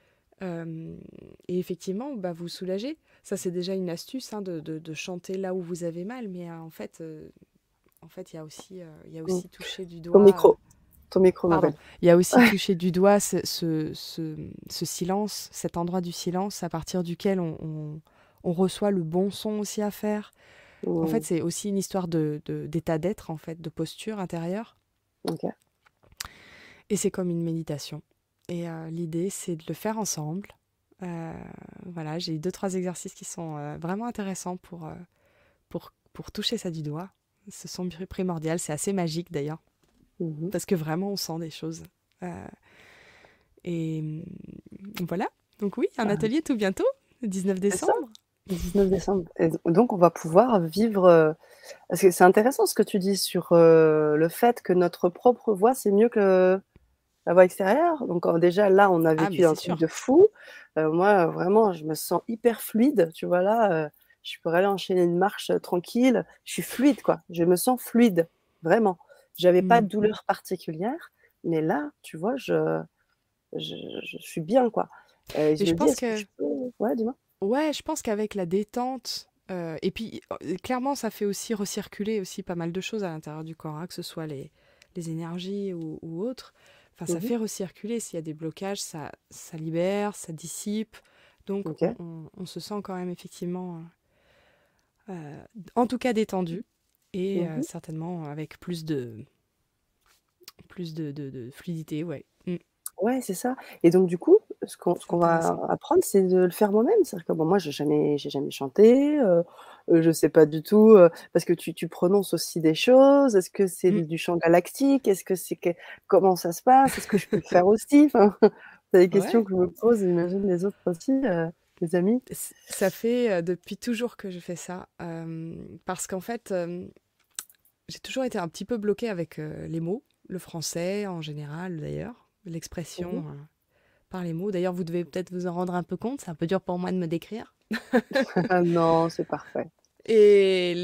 et effectivement, bah, vous soulager. Ça, c'est déjà une astuce hein, de chanter là où vous avez mal. Mais en fait, il y a Mmh. aussi toucher du Ton doigt. micro, ton micro, ma Pardon. belle. Il y a aussi toucher du doigt ce silence, cet endroit du silence à partir duquel on reçoit le bon son aussi à faire. En Mmh. fait, c'est aussi une histoire d'état d'être, en fait, de posture intérieure. OK. Et c'est comme une méditation. Et l'idée, c'est de le faire ensemble. Euh, voilà, j'ai 2, 3 exercices qui sont vraiment intéressants pour toucher ça du doigt. Ce sont primordial, c'est assez magique d'ailleurs, Mmh mh. parce que vraiment on sent des choses. Et voilà, donc oui, un Bah, atelier tout bientôt, le 19 c'est ça, décembre. le 19 décembre et donc on va pouvoir vivre, parce que c'est intéressant ce que tu dis sur, le fait que notre propre voix, c'est mieux que la voix extérieure. Donc déjà là, on a Ah, mais vécu un c'est truc sûr. de fou. Moi, vraiment, je me sens hyper fluide, tu vois? Là, je pourrais aller enchaîner une marche, tranquille. Je suis fluide, quoi. Je me sens fluide, vraiment. J'avais pas Mmh. de douleur particulière, mais là, tu vois, je je suis bien, quoi. Et Mais je je me dis: pense «Est-ce que que je peux» ouais, dis-moi? ouais, je pense qu'avec la détente, et puis, clairement, ça fait aussi recirculer aussi pas mal de choses à l'intérieur du corps, hein, que ce soit les énergies ou autres. Enfin, ça Mmh. fait recirculer. S'il y a des blocages, ça libère, ça dissipe. Donc, OK. on se sent quand même effectivement, en tout cas détendu et Mmh. certainement avec plus de fluidité, ouais. Mm. Ouais, c'est ça et donc du coup, ce C'est qu'on va intéressant. apprendre, c'est de le faire moi-même. C'est-à-dire que bon, moi, j'ai jamais chanté, je sais pas du tout, parce que tu prononces aussi des choses. Est-ce que c'est Mm. du chant galactique? Est-ce que c'est que comment ça se passe? Est-ce que je peux le faire aussi? Enfin, c'est des questions Ouais. que je me pose, j'imagine les autres aussi, les amis. Ça fait depuis toujours que je fais ça, parce qu'en fait, j'ai toujours été un petit peu bloquée avec les mots, le français en général d'ailleurs, Mmh. l'expression par les mots. D'ailleurs, vous devez peut-être vous en rendre un peu compte, c'est un peu dur pour moi de me décrire. Ah non, c'est parfait. Et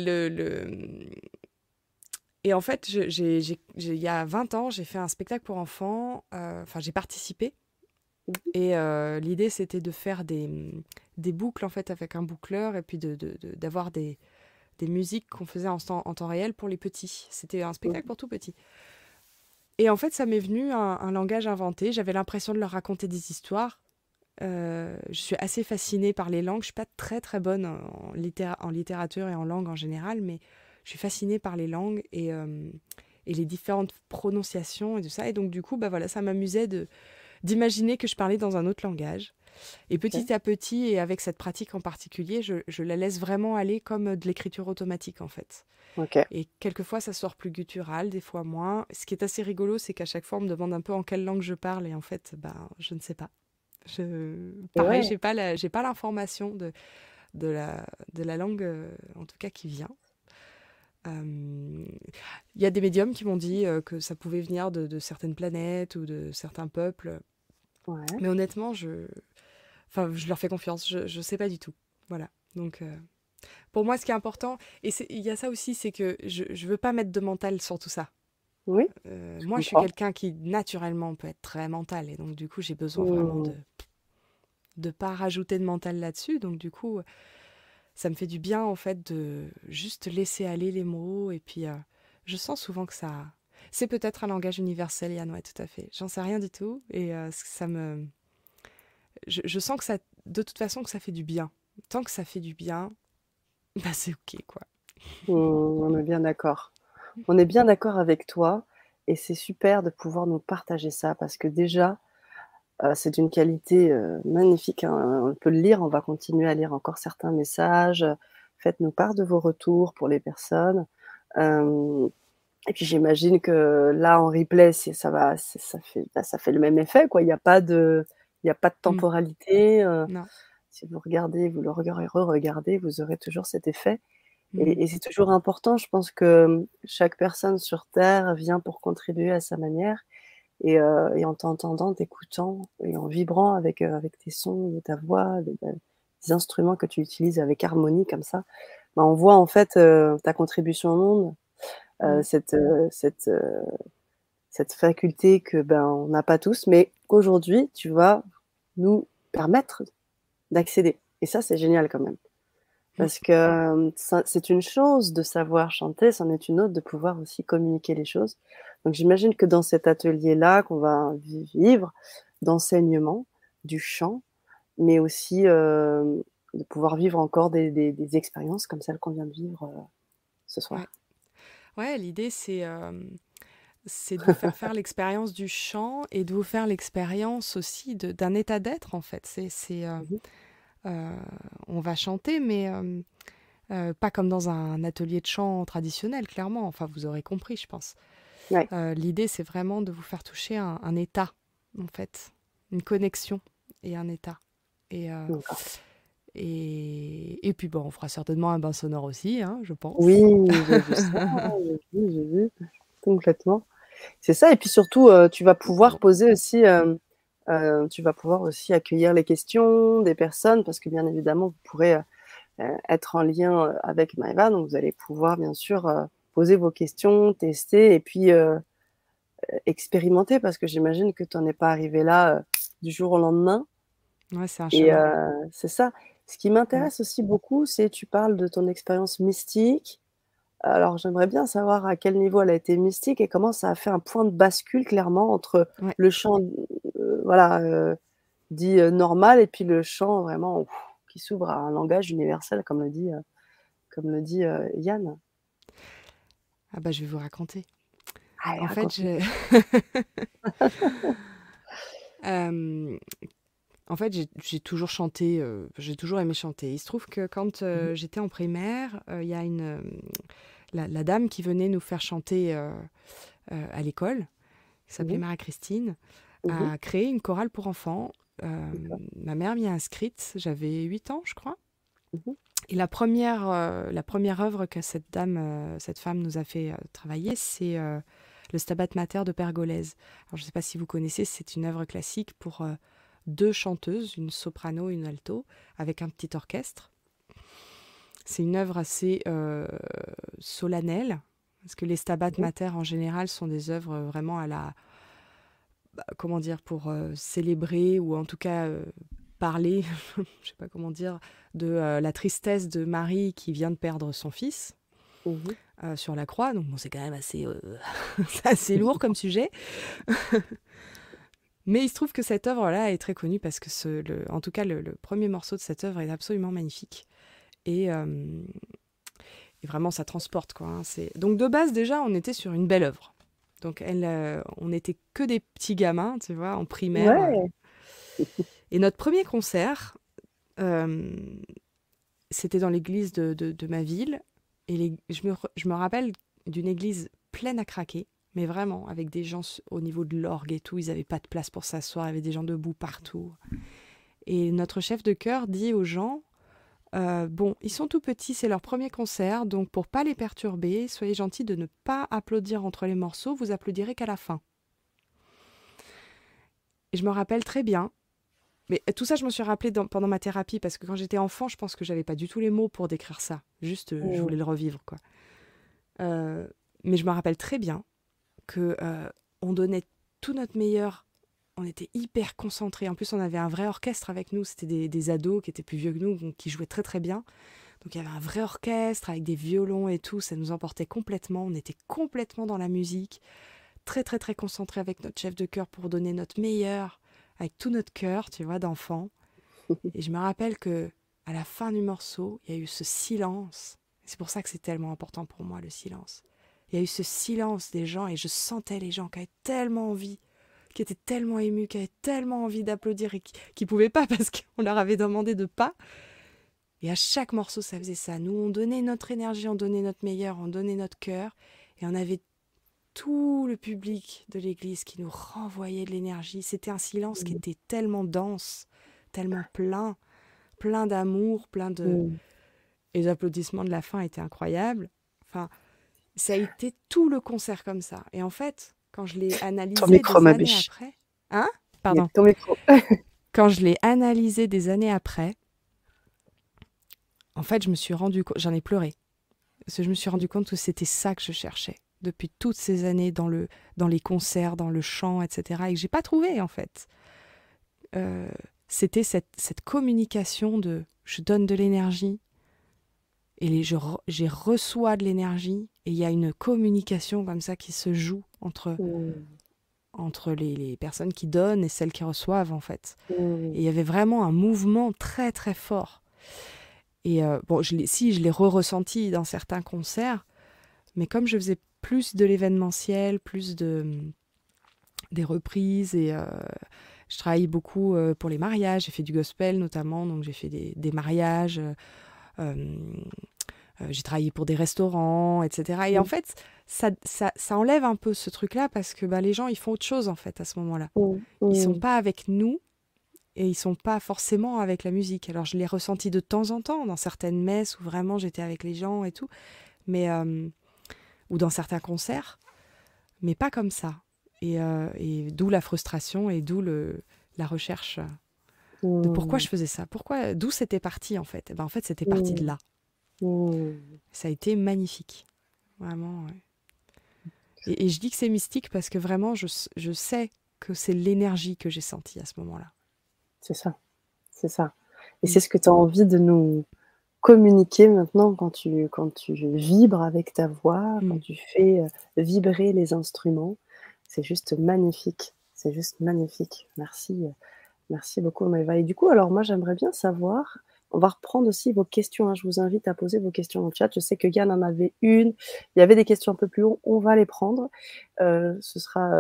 et en fait, il y a 20 ans, j'ai fait un spectacle pour enfants, enfin j'ai participé, Mmh. et l'idée c'était de faire des boucles en fait avec un boucleur, et puis d'avoir des musiques qu'on faisait en temps réel pour les petits. C'était un spectacle Mmh. pour tout petits. Et en fait, ça m'est venu un langage inventé. J'avais l'impression de leur raconter des histoires. Je suis assez fascinée par les langues. Je suis pas très très bonne en littérature et en langue en général, mais je suis fascinée par les langues et les différentes prononciations et tout ça. Et donc du coup, bah voilà, ça m'amusait d'imaginer que je parlais dans un autre langage. Et OK. petit à petit, et avec cette pratique en particulier, je la laisse vraiment aller comme de l'écriture automatique en fait. OK. Et quelquefois, ça sort plus guttural, des fois moins. Ce qui est assez rigolo, c'est qu'à chaque fois, on me demande un peu en quelle langue je parle, et en fait, ben, je ne sais pas. Et Pareil, ouais. j'ai pas l'information de de la langue, en tout cas, qui vient. Euh, Il y a des médiums qui m'ont dit que ça pouvait venir de certaines planètes ou de certains peuples. Ouais. Mais honnêtement, enfin, je leur fais confiance. Je sais pas du tout. Voilà. Donc, pour moi, ce qui est important, et il y a ça aussi, c'est que je veux pas mettre de mental sur tout ça. Oui, je Moi, je suis comprends. quelqu'un qui, naturellement, peut être très mental. Et donc, du coup, j'ai besoin vraiment Mmh. de pas rajouter de mental là-dessus. Donc, du coup, ça me fait du bien, en fait, de juste laisser aller les mots. Et puis, je sens souvent que ça... C'est peut-être un langage universel, Yann, ouais, tout à fait. J'en sais rien du tout. Et ça me... Je sens que ça, de toute façon, que ça fait du bien. Tant que ça fait du bien, bah, c'est OK, quoi. Mmh, on est bien d'accord. On est bien d'accord avec toi et c'est super de pouvoir nous partager ça parce que déjà, c'est d'une qualité, magnifique, hein. On peut le lire, on va continuer à lire encore certains messages, faites-nous part de vos retours pour les personnes. Hem Et puis j'imagine que là, en replay, ça fait le même effet, quoi. Il y a pas de Mm. temporalité, Non. si vous regardez, vous le re-regardez, vous aurez toujours cet effet. Mm. Et c'est toujours important, je pense que, chaque personne sur terre vient pour contribuer à sa manière et en t'entendant, t'écoutant et en vibrant avec tes sons de ta voix, des instruments que tu utilises avec harmonie comme ça, bah, on voit en fait, ta contribution au monde, Mm. cette faculté que, ben, on n'a pas tous, mais qu'aujourd'hui tu vas nous permettre d'accéder et ça, c'est génial quand même. Mm. Parce que, ça c'est une chose de savoir chanter, c'en est une autre de pouvoir aussi communiquer les choses. Donc j'imagine que dans cet atelier-là qu'on va vivre, d'enseignement, du chant, mais aussi, de pouvoir vivre encore des expériences comme celles qu'on vient de vivre, ce Ouais. soir. Ouais, l'idée, c'est de vous faire faire l'expérience du chant et de vous faire l'expérience aussi d'un état d'être, en fait. Mmh mh. Euh, on va chanter, mais pas comme dans un atelier de chant traditionnel, clairement. Enfin, vous aurez compris, je pense. Ouais, L'idée, c'est vraiment de vous faire toucher un état, en fait. Une connexion et un état. Et, euh, d'accord. et puis, bon, on fera certainement un bain sonore aussi, hein, je Oui, pense. j'ai vu ça, j'ai vu complètement. C'est ça et puis surtout, tu vas pouvoir poser aussi, tu vas pouvoir aussi accueillir les questions des personnes parce que bien évidemment, vous pourrez, être en lien, avec Maëva, donc vous allez pouvoir bien sûr, poser vos questions, tester et puis, expérimenter parce que j'imagine que tu en es pas arrivée là, du jour au lendemain Ouais, c'est un et chemin. c'est ça. Ce qui Mmh. m'intéresse aussi beaucoup, c'est tu parles de ton expérience mystique. Alors j'aimerais bien savoir à quel niveau elle a été mystique et comment ça a fait un point de bascule clairement entre Ouais. le chant, voilà, dit, normal et puis le chant vraiment ouf, qui s'ouvre à un langage universel comme le dit, Yann. Ah bah, je vais vous raconter. Allez, En fait, raconte-nous. hem, en fait, j'ai toujours chanté, j'ai toujours aimé chanter. Il se trouve que quand, Mmh j'étais en primaire, il y a la dame qui venait nous faire chanter, à l'école, qui mh. s'appelait Marie-Christine, Mmh. a créé une chorale pour enfants. D'accord. Ma mère m'y a inscrite, j'avais 8 ans, je crois. Mmh. Et la première œuvre que cette dame, cette femme nous a fait travailler, c'est le Stabat Mater de Pergolèse. Alors, je ne sais pas si vous connaissez, c'est une œuvre classique pour deux chanteuses, une soprano et une alto, avec un petit orchestre. C'est une œuvre assez solennelle, parce que les Stabat Mmh. Mater en général sont des œuvres vraiment à la, comment dire, pour célébrer ou en tout cas parler, je sais pas comment dire, de la tristesse de Marie qui vient de perdre son fils Mmh. sur la croix. Donc bon, c'est quand même assez, c'est assez lourd comme sujet. Mais il se trouve que cette œuvre-là est très connue parce que, en tout cas, le premier morceau de cette œuvre est absolument magnifique. Et, euh, et vraiment, ça transporte, quoi. Hein. Donc de base, déjà, on était sur une belle œuvre. Donc on n'était que des petits gamins, tu vois, en primaire. Ouais. Et notre premier concert, euh, c'était dans l'église de ma ville. Et je me rappelle d'une église pleine à craquer, mais vraiment, avec des gens au niveau de l'orgue et tout. Ils n'avaient pas de place pour s'asseoir, il y avait des gens debout partout. Et notre chef de chœur dit aux gens, bon, ils sont tout petits, c'est leur premier concert, donc pour pas les perturber, soyez gentils de ne pas applaudir entre les morceaux, vous applaudirez qu'à la fin. Et je me rappelle très bien. Mais tout ça, je me suis rappelé pendant ma thérapie, parce que quand j'étais enfant, je pense que j'avais pas du tout les mots pour décrire ça. Juste, je Mmh. voulais le revivre, quoi. Euh, mais je me rappelle très bien que on donnait tout notre meilleur. On était hyper concentrés. En plus, on avait un vrai orchestre avec nous. C'était des ados qui étaient plus vieux que nous, donc qui jouaient très très bien. Donc il y avait un vrai orchestre avec des violons et tout. Ça nous emportait complètement. On était complètement dans la musique. Très très très concentrés avec notre chef de chœur pour donner notre meilleur, avec tout notre cœur, tu vois, d'enfant. Et je me rappelle que à la fin du morceau, il y a eu ce silence. C'est pour ça que c'est tellement important pour moi, le silence. Il y a eu ce silence des gens et je sentais les gens qui avaient tellement envie, qui étaient tellement émus, qui avaient tellement envie d'applaudir et qui ne pouvaient pas parce qu'on leur avait demandé de pas. Et à chaque morceau, ça faisait ça. Nous, on donnait notre énergie, on donnait notre meilleur, on donnait notre cœur. Et on avait tout le public de l'église qui nous renvoyait de l'énergie. C'était un silence qui était tellement dense, tellement plein, plein d'amour, plein de... Mmh. Et les applaudissements de la fin étaient incroyables. Enfin, ça a été tout le concert comme ça. Et en fait, quand je l'ai Ton analysé micro, des ma années biche. après... Hein? Il y a Pardon. ton micro. Quand je l'ai analysé des années après, en fait, j'en ai pleuré. Parce que je me suis rendu compte que c'était ça que je cherchais depuis toutes ces années dans les concerts, dans le chant, etc. Et que j'ai pas trouvé, en fait. Euh, C'était cette communication de je donne de l'énergie et j'ai reçois de l'énergie et il y a une communication comme ça qui se joue Mmh. entre les personnes qui donnent et celles qui reçoivent, en fait. Mmh. Et il y avait vraiment un mouvement très très fort. Et bon, je l'ai re-ressenti dans certains concerts, mais comme je faisais plus de l'événementiel, des reprises, et je travaillais beaucoup pour les mariages, j'ai fait du gospel notamment, donc j'ai fait des mariages, euh, j'ai travaillé pour des restaurants, etc. Et en Mmh. fait, ça enlève un peu ce truc-là parce que bah, les gens, ils font autre chose en fait à ce moment-là. Mmh. Ils sont Mmh. pas avec nous et ils sont pas forcément avec la musique. Alors je l'ai ressenti de temps en temps dans certaines messes où vraiment j'étais avec les gens et tout, mais ou dans certains concerts. mais pas comme ça. Et d'où la frustration et d'où la recherche de pourquoi Mmh. je faisais ça. D'où c'était parti en fait. Et ben, en fait, c'était parti de Mmh. là. Mmh. Ça a été magnifique. Vraiment. Ouais. Et je dis que c'est mystique parce que vraiment, je sais que c'est l'énergie que j'ai sentie à ce moment-là. C'est ça, c'est ça. Et Mm. c'est ce que tu as envie de nous communiquer maintenant quand tu vibres avec ta voix, quand Mm. tu fais, vibrer les instruments. C'est juste magnifique, c'est juste magnifique. Merci, merci beaucoup Maëva et du coup, alors moi, j'aimerais bien savoir on va reprendre aussi vos questions, hein. Je vous invite à poser vos questions dans le chat. Je sais que Yann en avait une. Il y avait des questions un peu plus haut, on va les prendre. Ce sera,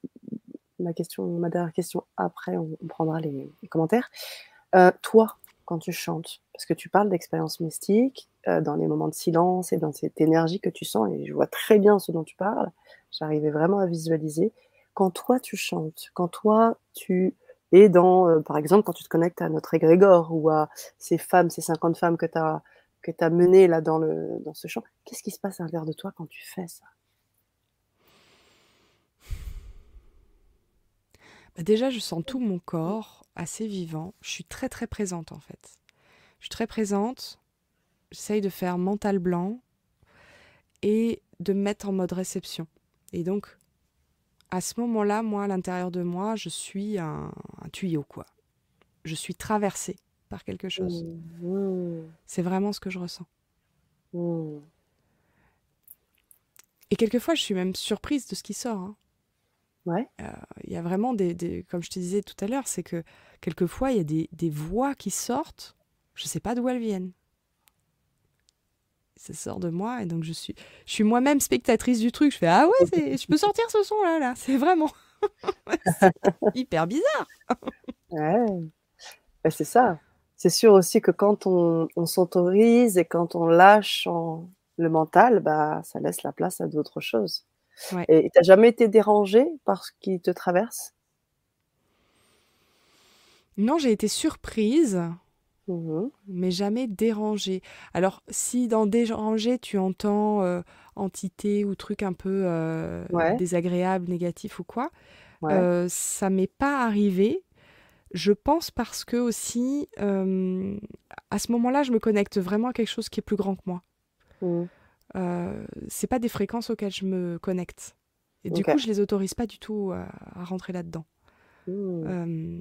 ma dernière question après, on prendra les commentaires. Toi, quand tu chantes, parce que tu parles d'expériences mystiques, dans les moments de silence et dans cette énergie que tu sens et je vois très bien ce dont tu parles. J'arrivais vraiment à visualiser. Quand toi tu chantes, quand toi tu es dans, par exemple, quand tu te connectes à notre égrégore ou à ces femmes, ces 50 femmes que tu as menées là dans ce chant, qu'est-ce qui se passe à l'intérieur de toi quand tu fais ça? Bah, déjà, je sens tout mon corps assez vivant. Je suis très très présente en fait. Je suis très présente. J'essaye de faire mental blanc et de me mettre en mode réception. Et donc, à ce moment-là, moi, à l'intérieur de moi, je suis un tuyau, quoi. Je suis traversée par quelque chose. Mmh. Mmh. C'est vraiment ce que je ressens. Mmh. Et quelquefois, je suis même surprise de ce qui sort. Hein. Ouais. Il y a vraiment comme je te disais tout à l'heure, c'est que quelquefois, il y a des voix qui sortent. Je ne sais pas d'où elles viennent. Ça sort de moi et donc je suis moi-même spectatrice du truc. Je fais ah ouais, je peux sortir ce son là. C'est vraiment c'est hyper bizarre. Ouais. Bah, c'est ça. C'est sûr aussi que quand on s'autorise et quand on lâche le mental, bah, ça laisse la place à d'autres choses. Ouais. Et tu as jamais été dérangée par ce qui te traverse? Non, j'ai été surprise, Mmh mh. mais jamais dérangée. Alors, si dans déranger, tu entends entité ou truc un peu Ouais, désagréable, négatif ou quoi, ouais. ça m'est pas arrivé. Je pense parce que aussi, à ce moment-là, je me connecte vraiment à quelque chose qui est plus grand que moi. Mmh. C'est pas des fréquences auxquelles je me connecte. Et du coup, OK. je les autorise pas du tout à rentrer là-dedans. Mmh. Euh,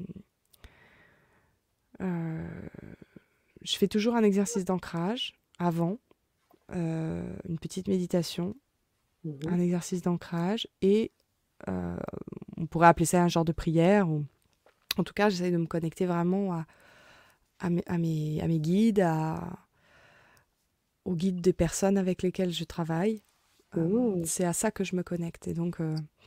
euh, je fais toujours un exercice d'ancrage avant, une petite méditation, Mmh mh. un exercice d'ancrage et euh, on pourrait appeler ça un genre de prière. Ou... En tout cas, j'essaie de me connecter vraiment à mes guides, aux guides des personnes avec lesquelles je travaille. Mmh. C'est à ça que je me connecte. Et donc,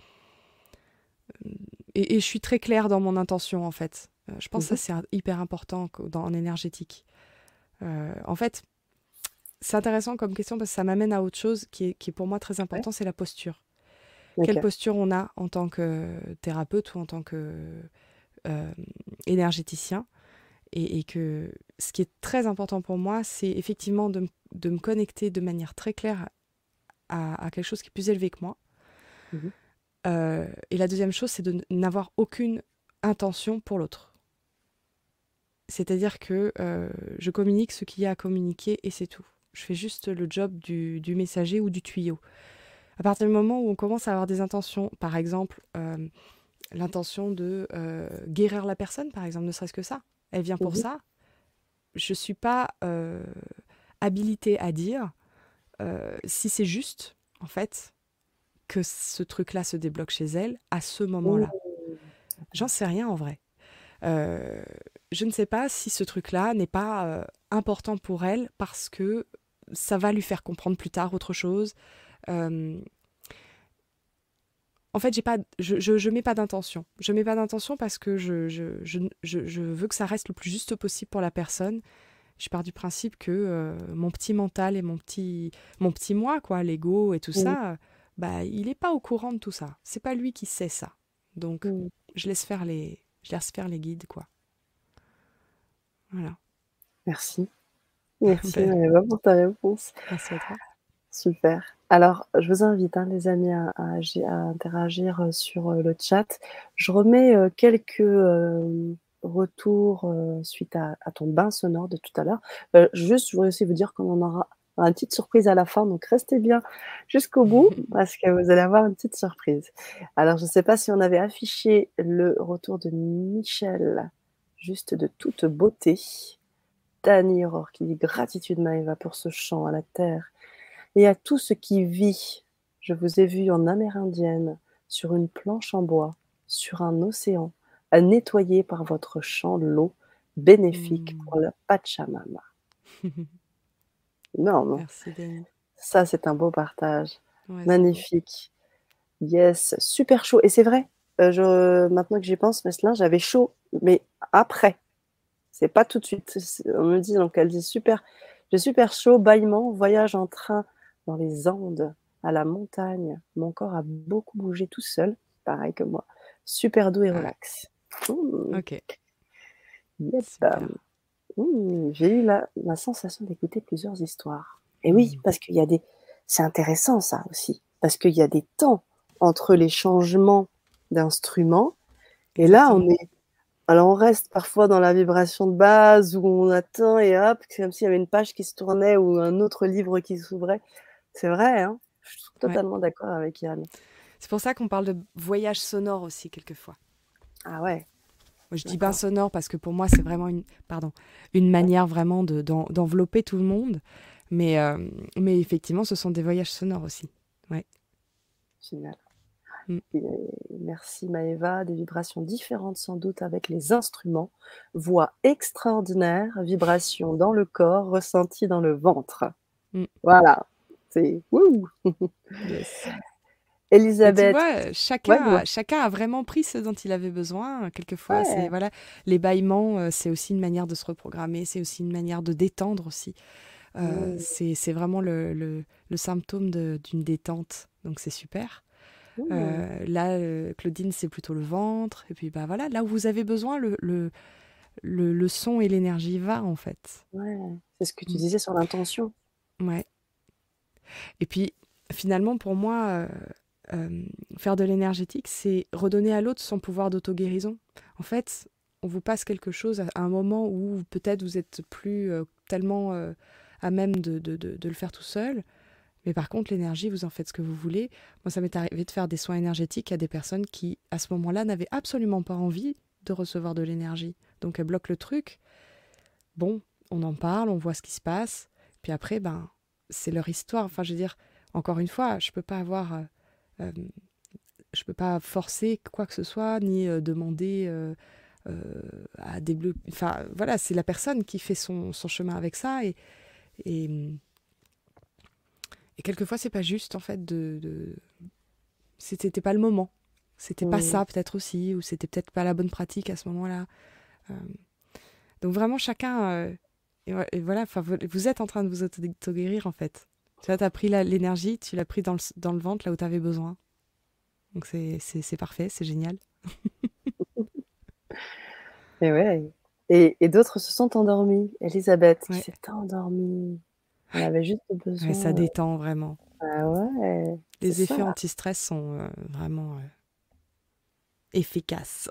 et je suis très claire dans mon intention, en fait. Je pense Mmh que ça, mh. c'est hyper important en énergétique. En fait, c'est intéressant comme question parce que ça m'amène à autre chose qui est pour moi très Ouais. important, c'est la posture. Quelle OK. posture on a en tant que thérapeute ou en tant que euh, énergéticien et que ce qui est très important pour moi, c'est effectivement de me connecter de manière très claire à quelque chose qui est plus élevé que moi. Mmh mh. Et la deuxième chose, c'est de n'avoir aucune intention pour l'autre. C'est-à-dire que je communique ce qu'il y a à communiquer et c'est tout. Je fais juste le job du messager ou du tuyau. À partir du moment où on commence à avoir des intentions, par exemple, l'intention de guérir la personne, par exemple, ne serait-ce que ça, elle vient pour Mmh mh. ça, je ne suis pas habilitée à dire si c'est juste, en fait, que ce truc-là se débloque chez elle à ce Mmh. moment-là. J'en sais rien en vrai. Euh, je ne sais pas si ce truc-là n'est pas important pour elle parce que ça va lui faire comprendre plus tard autre chose. Euh, En fait, je mets pas d'intention. Je mets pas d'intention parce que je veux que ça reste le plus juste possible pour la personne. Je pars du principe que mon petit mental et mon petit moi, quoi, l'ego et tout Mmh. ça, bah, il est pas au courant de tout ça. C'est pas lui qui sait ça. Donc, Mmh. je laisse faire les guides, quoi. Voilà. Merci. Merci Ben, Maëva pour ta réponse. merci à toi. Super. Alors, je vous invite, hein, les amis, à interagir sur le chat. Je remets quelques retours suite à ton bain sonore de tout à l'heure. Juste, je voudrais aussi vous dire qu'on aura une petite surprise à la fin, donc restez bien jusqu'au bout parce que vous allez avoir une petite surprise. Alors, je ne sais pas si on avait affiché le retour de Michel, juste de toute beauté. Dany Aurore qui dit gratitude Maëva pour ce chant à la terre et à tout ce qui vit. Je vous ai vu en amérindienne, sur une planche en bois, sur un océan, à nettoyer par votre chant l'eau bénéfique pour Hmm. la Pachamama. Non, Merci Dani. ça c'est un beau partage. Ouais, c'est beau. Magnifique. Yes, super chaud. Et c'est vrai, maintenant que j'y pense, Meslin, j'avais chaud, mais après, c'est pas tout de suite. On me dit, donc elle dit super, j'ai super chaud, bâillement, voyage en train dans les Andes, à la montagne. Mon corps a beaucoup bougé tout seul, pareil que moi. Super doux et Ah, relax. Mmh, ok, yep. super. J'ai eu la sensation d'écouter plusieurs histoires. Et oui, parce qu'il y a des... C'est intéressant ça aussi, parce qu'il y a des temps entre les changements d'instruments. Et là, on Exactement. est... Alors, on reste parfois dans la vibration de base où on attend et hop, c'est comme s'il y avait une page qui se tournait ou un autre livre qui s'ouvrait. C'est vrai, hein? Je suis Ouais. totalement d'accord avec Yann. C'est pour ça qu'on parle de voyage sonore aussi quelquefois. Ah ouais, Moi, je dis bain d'accord. sonore parce que pour moi, c'est vraiment une Ouais, manière vraiment d'envelopper tout le monde. Mais effectivement, ce sont des voyages sonores aussi. Ouais. génial. Mm. Et merci Maëva, des vibrations différentes sans doute avec les instruments. Voix extraordinaire, vibrations dans le corps, ressenties dans le ventre. Mm. Voilà, c'est... Wouh. Yes. Mais tu Elisabeth, vois, ouais, dis-moi. chacun a vraiment pris ce dont il avait besoin. Quelquefois, c'est Ouais. voilà, les bâillements, c'est aussi une manière de se reprogrammer, c'est aussi une manière de détendre aussi. Mmh. C'est vraiment le symptôme d'une détente. Donc c'est super. Mmh. Là, Claudine, c'est plutôt le ventre. Et puis bah voilà, là où vous avez besoin, le son et l'énergie va en fait. Ouais, c'est ce que tu Mm. disais sur l'intention. Ouais. Et puis finalement, pour moi, faire de l'énergétique, c'est redonner à l'autre son pouvoir d'auto-guérison. En fait, on vous passe quelque chose à un moment où peut-être vous êtes plus tellement à même de le faire tout seul. Mais par contre, l'énergie, vous en faites ce que vous voulez. Moi, ça m'est arrivé de faire des soins énergétiques à des personnes qui, à ce moment-là, n'avaient absolument pas envie de recevoir de l'énergie. Donc, elles bloquent le truc. Bon, on en parle, on voit ce qui se passe. Puis après, ben, c'est leur histoire. Enfin, je veux dire, encore une fois, euh, je peux pas forcer quoi que ce soit, ni demander à débloquer. Enfin, voilà, c'est la personne qui fait son chemin avec ça. Et, et quelquefois, c'est pas juste, en fait, c'était pas le moment. C'était pas Mmh. ça, peut-être aussi, ou c'était peut-être pas la bonne pratique à ce moment-là. Euh, donc, vraiment, chacun. Et voilà, vous êtes en train de vous auto-guérir, en fait. Tu vois, t'as pris l'énergie, tu l'as pris dans le ventre, là où t'avais besoin. Donc, c'est parfait, c'est génial. Et ouais. Et d'autres se sont endormis. Elisabeth qui Ouais, s'est endormie. Elle avait juste ouais, ça besoin. détend vraiment. Ah ouais, c'est Les ça. effets anti-stress sont vraiment efficaces.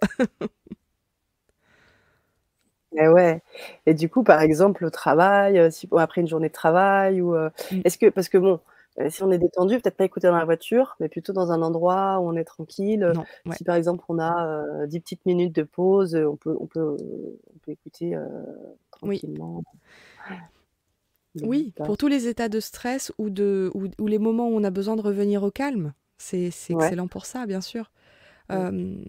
Et ouais. Et du coup, par exemple, au travail, si, bon, après une journée de travail, ou Mm. est-ce que, parce que bon, si on est détendu, peut-être pas écouter dans la voiture, mais plutôt dans un endroit où on est tranquille. Non, ouais. Si par exemple on a 10 petites minutes de pause, on peut écouter Oui, tranquillement. oui, Bah, pour tous les états de stress ou les moments où on a besoin de revenir au calme, c'est ouais. excellent pour ça, bien sûr. Mm.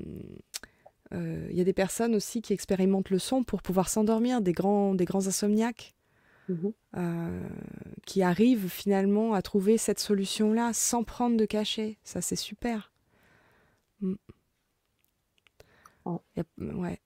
Il y a des personnes aussi qui expérimentent le son pour pouvoir s'endormir, des grands insomniaques, Mhm. euh, qui arrivent finalement à trouver cette solution-là sans prendre de cachet. Ça, c'est super. Mm. Ouais. Ouais.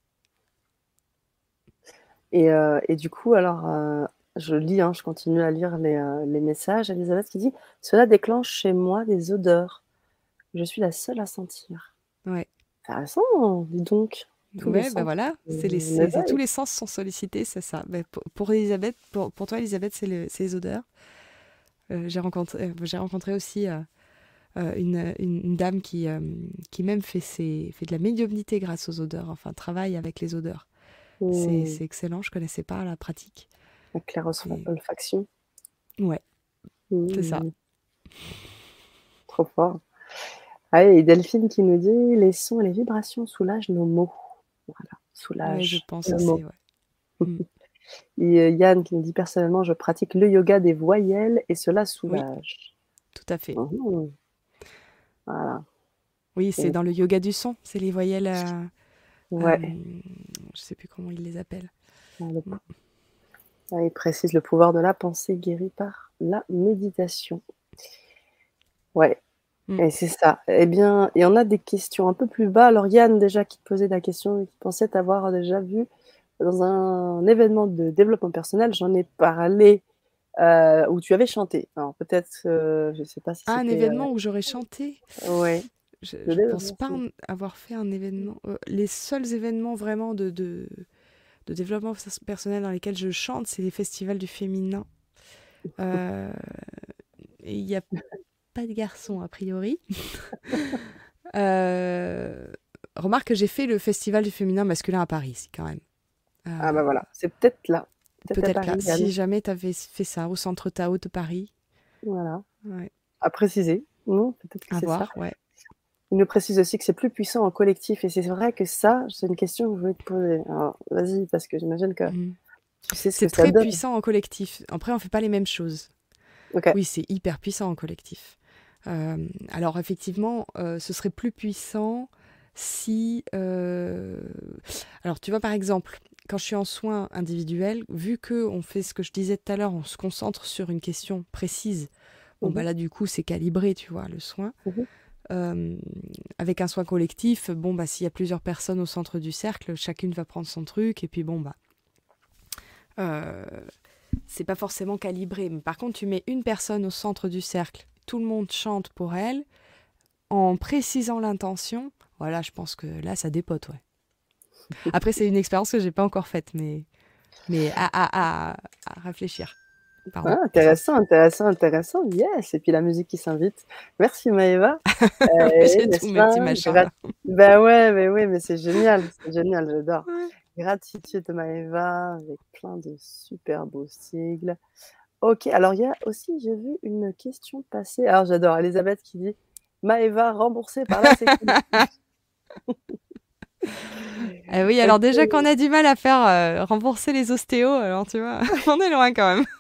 Et du coup, alors, je lis, hein, je continue à lire les messages. Elisabeth qui dit: «Cela déclenche chez moi des odeurs. Je suis la seule à sentir». Ouais. Intéressant, dis donc. Tous les Ouais, ben sens voilà, en éveil. tous les sens sont sollicités, c'est ça. Ben, pour Elisabeth, pour toi, Elisabeth, c'est les odeurs. J'ai rencontré aussi une dame qui même fait de la médiumnité grâce aux odeurs, enfin travaille avec les odeurs. Hmm. C'est excellent, je connaissais pas la pratique. La Et olfaction. ouais, c'est ça. Hmm. Trop fort. Ah, et Delphine qui nous dit: les sons et les vibrations soulagent nos maux. Voilà, Ouais, je soulage pense le mot. aussi, ouais. Mm. Et Yann qui nous dit: personnellement, je pratique le yoga des voyelles et cela Oui, soulage. tout à fait. Mhm. Voilà. Oui, c'est Et- dans le yoga du son, c'est les voyelles, ouais. je sais plus comment ils les appellent. Mm. Il précise le pouvoir de la pensée guéri par la méditation. Ouais. Mm. Et c'est ça. Eh bien, il y en a des questions un peu plus bas. Alors Yann déjà qui te posait la question et qui pensait t'avoir déjà vu dans un événement de développement personnel, j'en ai parlé où tu avais chanté. Alors peut-être, je ne sais pas si Ah, un c'était, événement où j'aurais chanté? ouais, de Je pense développement pas personnel. avoir fait un événement. Les seuls événements vraiment de développement personnel dans lesquels je chante, c'est les festivals du féminin. Euh, et il n'y a pas de garçons, a priori. Euh, Remarque que j'ai fait le festival du féminin masculin à Paris, si, quand même. Ah Euh, bah voilà, c'est peut-être là, peut-être à Peut-être là. Paris, Si Yann. jamais tu avais fait ça au centre Tao de Paris. Voilà, Ouais. à préciser. Non, peut-être que À c'est ça. voir, ouais. Il nous précise aussi que c'est plus puissant en collectif et c'est vrai que ça, c'est une question que je voulais te poser. Alors vas-y, parce que j'imagine que Mm. tu sais ce que C'est ça très donne. puissant en collectif. Après, on fait pas les mêmes choses. OK. Oui, c'est hyper puissant en collectif. Alors effectivement, ce serait plus puissant si... Alors tu vois par exemple, quand je suis en soins individuels, vu que on fait ce que je disais tout à l'heure, on se concentre sur une question précise, bon bah Mmh. là du coup c'est calibré, tu vois, le soin. Mmh. Euh, Avec un soin collectif, bon bah s'il y a plusieurs personnes au centre du cercle, chacune va prendre son truc, et puis bon bah... euh, c'est pas forcément calibré. Mais par contre, tu mets une personne au centre du cercle, tout le monde chante pour elle, en précisant l'intention, voilà, je pense que là, ça dépote, ouais. Après, c'est une expérience que j'ai pas encore faite, mais à réfléchir. Pardon. Ah, intéressant, intéressant, intéressant. Yes! Et puis la musique qui s'invite. Merci Maëva. J'ai tous N'est-ce mes pas? petits machins, là. Bah ouais, mais oui, mais c'est génial, j'adore. Ouais. Gratitude Maëva, avec plein de super beaux sigles. OK, alors il y a aussi, j'ai vu une question passer. Alors j'adore Elisabeth qui dit: «Maëva remboursée par la sécu». Oui, alors déjà qu'on OK. a du mal à faire rembourser les ostéos, alors tu vois, on est loin quand même.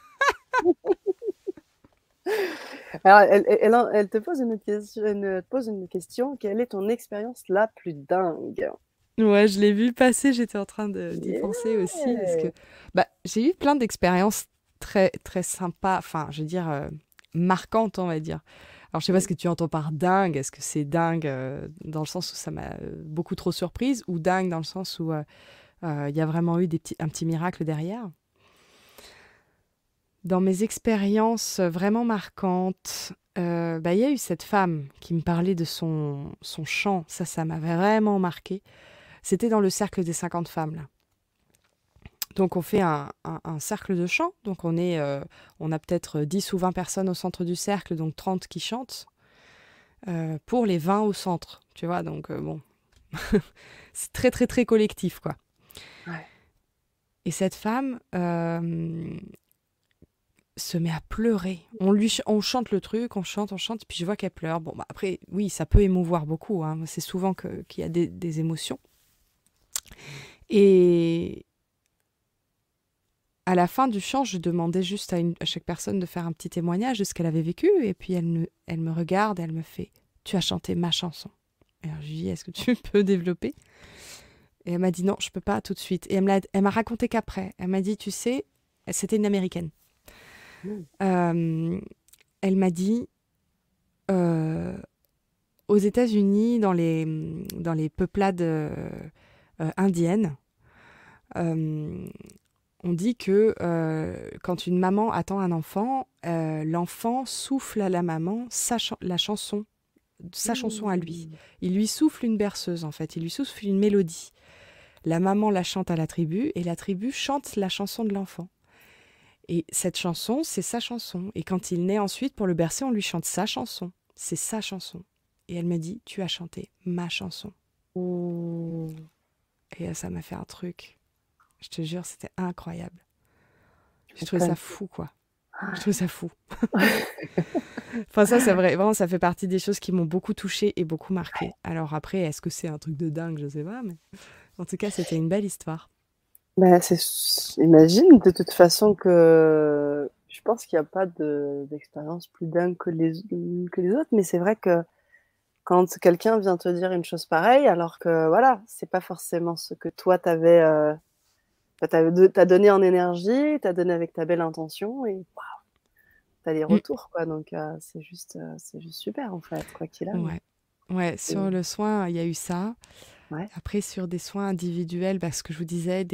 Alors elle te pose une question: «Quelle est ton expérience la plus dingue?» Ouais, je l'ai vu passer, j'étais en train d'y Yeah! penser aussi, parce que bah, j'ai eu plein d'expériences très, très sympas, enfin, je veux dire, marquantes, on va dire. Alors, je sais pas ce que tu entends par dingue, est-ce que c'est dingue dans le sens où ça m'a beaucoup trop surprise, ou dingue dans le sens où il y a vraiment eu un petit miracle derrière. Dans mes expériences vraiment marquantes, bah, il y a eu cette femme qui me parlait de son chant, ça m'a vraiment marqué. C'était dans le cercle des 50 femmes, là. Donc on fait un cercle de chant, donc on a peut-être 10 ou 20 personnes au centre du cercle, donc 30 qui chantent, pour les 20 au centre, tu vois, donc bon, c'est très très très collectif, quoi. Ouais. Et cette femme se met à pleurer. On chante le truc, on chante, puis je vois qu'elle pleure. Bon, bah après, oui, ça peut émouvoir beaucoup, hein. C'est souvent qu'il y a des émotions. Et à la fin du chant, je demandais juste à chaque personne de faire un petit témoignage de ce qu'elle avait vécu. Et puis elle me regarde et elle me fait: tu as chanté ma chanson. Et alors je lui dis: est-ce que tu peux développer? Et elle m'a dit: non, je peux pas tout de suite. Et elle m'a raconté qu'après, elle m'a dit: tu sais, c'était une américaine. Mmh. Euh, Elle m'a dit: euh, aux États-Unis, dans les peuplades indiennes, euh, on dit que quand une maman attend un enfant, l'enfant souffle à la maman sa chanson à lui. Mmh. Il lui souffle une berceuse, en fait. Il lui souffle une mélodie. La maman la chante à la tribu et la tribu chante la chanson de l'enfant. Et cette chanson, c'est sa chanson. Et quand il naît ensuite, pour le bercer, on lui chante sa chanson. C'est sa chanson. Et elle m'a dit, tu as chanté ma chanson. Mmh. Et ça m'a fait un truc. Je te jure, c'était incroyable. Je J'ai trouvé ça m'étonne. fou, quoi. Je trouve ça fou. Enfin, ça, c'est vrai. Vraiment, ça fait partie des choses qui m'ont beaucoup touchée et beaucoup marquée. Alors après, est-ce que c'est un truc de dingue? Je sais pas, mais en tout cas, c'était une belle histoire. Bah, imagine de toute façon que je pense qu'il y a pas d'expérience plus dingue que les autres, mais c'est vrai que quand quelqu'un vient te dire une chose pareille, alors que voilà, c'est pas forcément ce que toi t'avais, tu donné en énergie, tu as donné avec ta belle intention et tu as les Mm. retours quoi, donc c'est juste super en fait, quoi qu'il arrive. Ouais. Ouais, Et sur le soin, il y a eu ça. ouais. Après, sur des soins individuels, parce que je vous disais,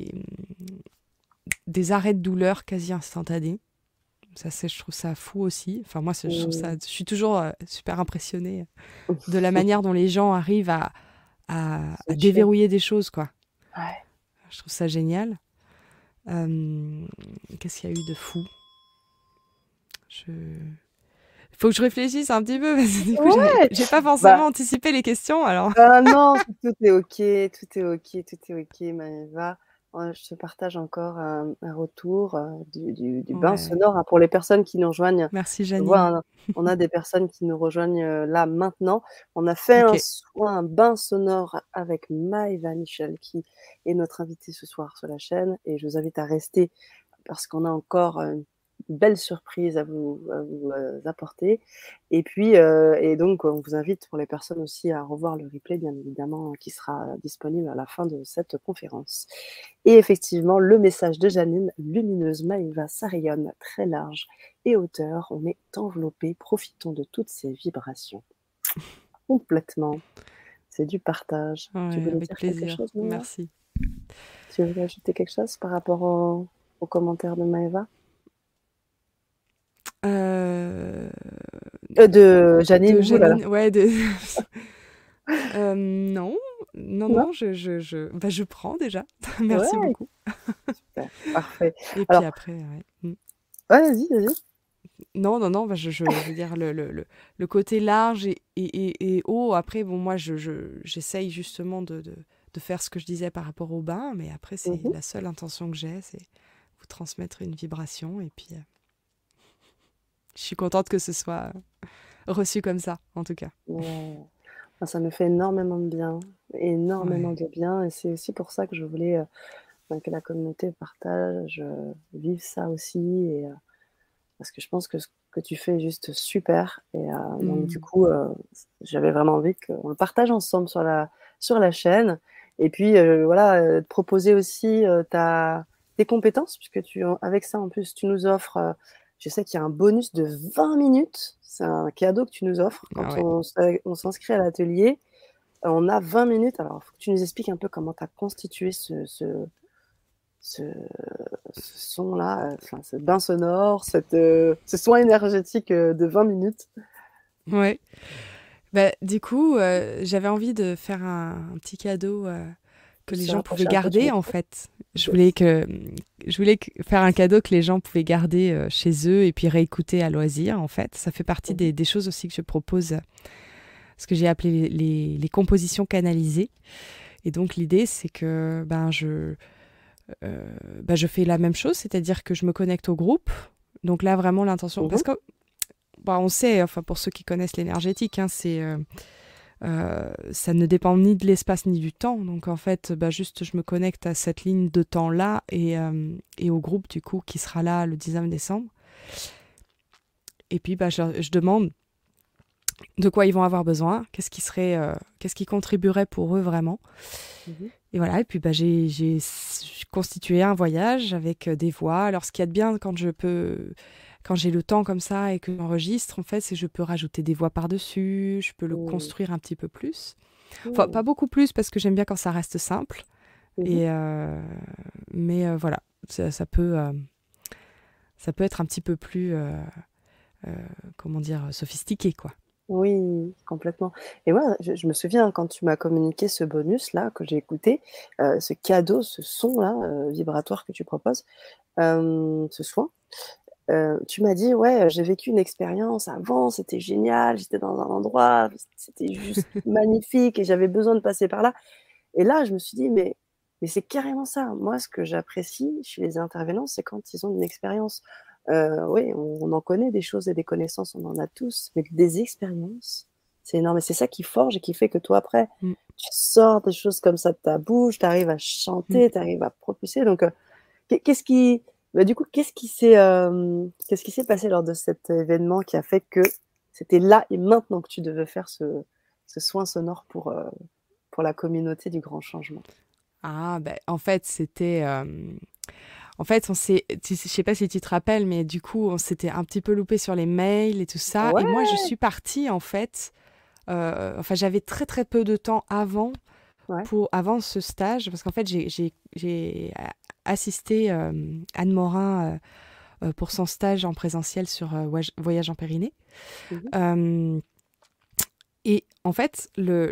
des arrêts de douleur quasi instantanés. Ça, je trouve ça fou aussi. Enfin, moi, je trouve ça, Mmh. je suis toujours super impressionnée de la manière dont les gens arrivent à Switcher. déverrouiller des choses, quoi. Ouais. Je trouve ça génial. Qu'est-ce qu'il y a eu de fou? Je... Faut que je réfléchisse un petit peu parce que du coup, Ouais! j'ai pas Bah, forcément anticipé les questions, alors. non, tout est OK, tout est OK, tout est OK, Maëva. Je te partage encore un retour, du bain Ouais. sonore, hein, pour les personnes qui nous rejoignent. Merci, Je vois, Janine. hein, on a des personnes qui nous rejoignent, là, maintenant. On a fait Ok. un bain sonore avec Maëva Michel, qui est notre invitée ce soir sur la chaîne et je vous invite à rester parce qu'on a encore, une belle surprise à vous apporter et puis, et donc on vous invite pour les personnes aussi à revoir le replay bien évidemment qui sera disponible à la fin de cette conférence et effectivement le message de Janine: «Lumineuse Maëva, ça rayonne très large et hauteur, on est enveloppé, profitons de toutes ces vibrations». Complètement, c'est du partage. Tu Ouais, voulais avec dire quelque plaisir. chose, Maëva? Merci. Tu voulais ajouter quelque chose par rapport aux commentaires de Maëva? Euh, De Janine, De ouh là là. Janine, ouais, non, non, Non? non, bah, je prends déjà. Merci Ouais, beaucoup. super, parfait. Et puis Alors après, ouais. Mm. ouais, vas-y, vas-y. Non, non, non, bah, je veux dire, le côté large et haut, après, bon, moi, j'essaye justement de faire ce que je disais par rapport au bain, mais après, c'est Mmh. la seule intention que j'ai, c'est vous transmettre une vibration, et puis je suis contente que ce soit reçu comme ça, en tout cas. Ouais. Enfin, ça me fait énormément Ouais. de bien et c'est aussi pour ça que je voulais, que la communauté partage, vive ça aussi et parce que je pense que ce que tu fais est juste super et donc du Mm. coup, j'avais vraiment envie qu'on le partage ensemble sur la chaîne et puis, voilà, te proposer aussi, ta tes compétences puisque avec ça, en plus, tu nous offres, je sais qu'il y a un bonus de 20 minutes. C'est un cadeau que tu nous offres Ah quand ouais. on s'inscrit à l'atelier. On a 20 minutes. Alors, il faut que tu nous expliques un peu comment tu as constitué ce ce son-là, enfin, ce bain sonore, ce soin énergétique, de 20 minutes. Ouais. Bah, du coup, j'avais envie de faire un petit cadeau que les Se gens pouvaient rapprocher un peu du garder, en micro. fait. Yes. Je voulais faire un cadeau que les gens pouvaient garder chez eux et puis réécouter à loisir, en fait. Ça fait partie Mmh. des choses aussi que je propose, ce que j'ai appelé les compositions canalisées. Et donc, l'idée, c'est que je fais la même chose, c'est-à-dire que je me connecte au groupe. Donc là, vraiment, l'intention... Mmh Parce mh. que, bah, on sait, enfin, pour ceux qui connaissent l'énergétique, hein, ça ne dépend ni de l'espace ni du temps. Donc en fait, bah, juste je me connecte à cette ligne de temps-là et au groupe du coup qui sera là le 19 décembre. Et puis bah, je demande de quoi ils vont avoir besoin, qu'est-ce qui contribuerait pour eux vraiment. Mmh. Et voilà, et puis bah, j'ai constitué un voyage avec des voix. Alors ce qu'il y a de bien quand j'ai le temps comme ça et que j'enregistre, en fait, c'est que je peux rajouter des voix par-dessus, je peux le Mmh. construire un petit peu plus. Enfin, pas Mmh. beaucoup plus parce que j'aime bien quand ça reste simple. Mmh. Et mais voilà, ça peut être un petit peu plus, comment dire, sophistiqué, quoi. Oui, complètement. Et moi, je me souviens quand tu m'as communiqué ce bonus-là, que j'ai écouté, ce cadeau, ce son-là, vibratoire que tu proposes, ce soin, tu m'as dit: «Ouais, j'ai vécu une expérience avant, c'était génial, j'étais dans un endroit, c'était juste magnifique et j'avais besoin de passer par là». Et là, je me suis dit: «Mais c'est carrément ça». Moi, ce que j'apprécie chez les intervenants, c'est quand ils ont une expérience. Oui, on en connaît des choses et des connaissances, on en a tous, mais des expériences, c'est énorme et c'est ça qui forge et qui fait que toi, après, Mm, tu sors des choses comme ça de ta bouche, tu arrives à mm. chanter, tu arrives à propulser donc qu'est-ce qui bah, du coup, qu'est-ce qui s'est passé lors de cet événement qui a fait que c'était là et maintenant que tu devais faire ce soin sonore pour la communauté du grand changement? Ah, ben, en fait, c'était. En fait, je sais pas si tu te rappelles, mais du coup, on s'était un petit peu loupé sur les mails et tout ça. Et moi, Ouais, je suis partie, en fait. Enfin, j'avais très, très peu de temps ouais. avant ce stage, parce qu'en fait, j'ai assisté Anne Morin pour son stage en présentiel sur Voyage en Périnée. Mmh mh. Euh, et en fait,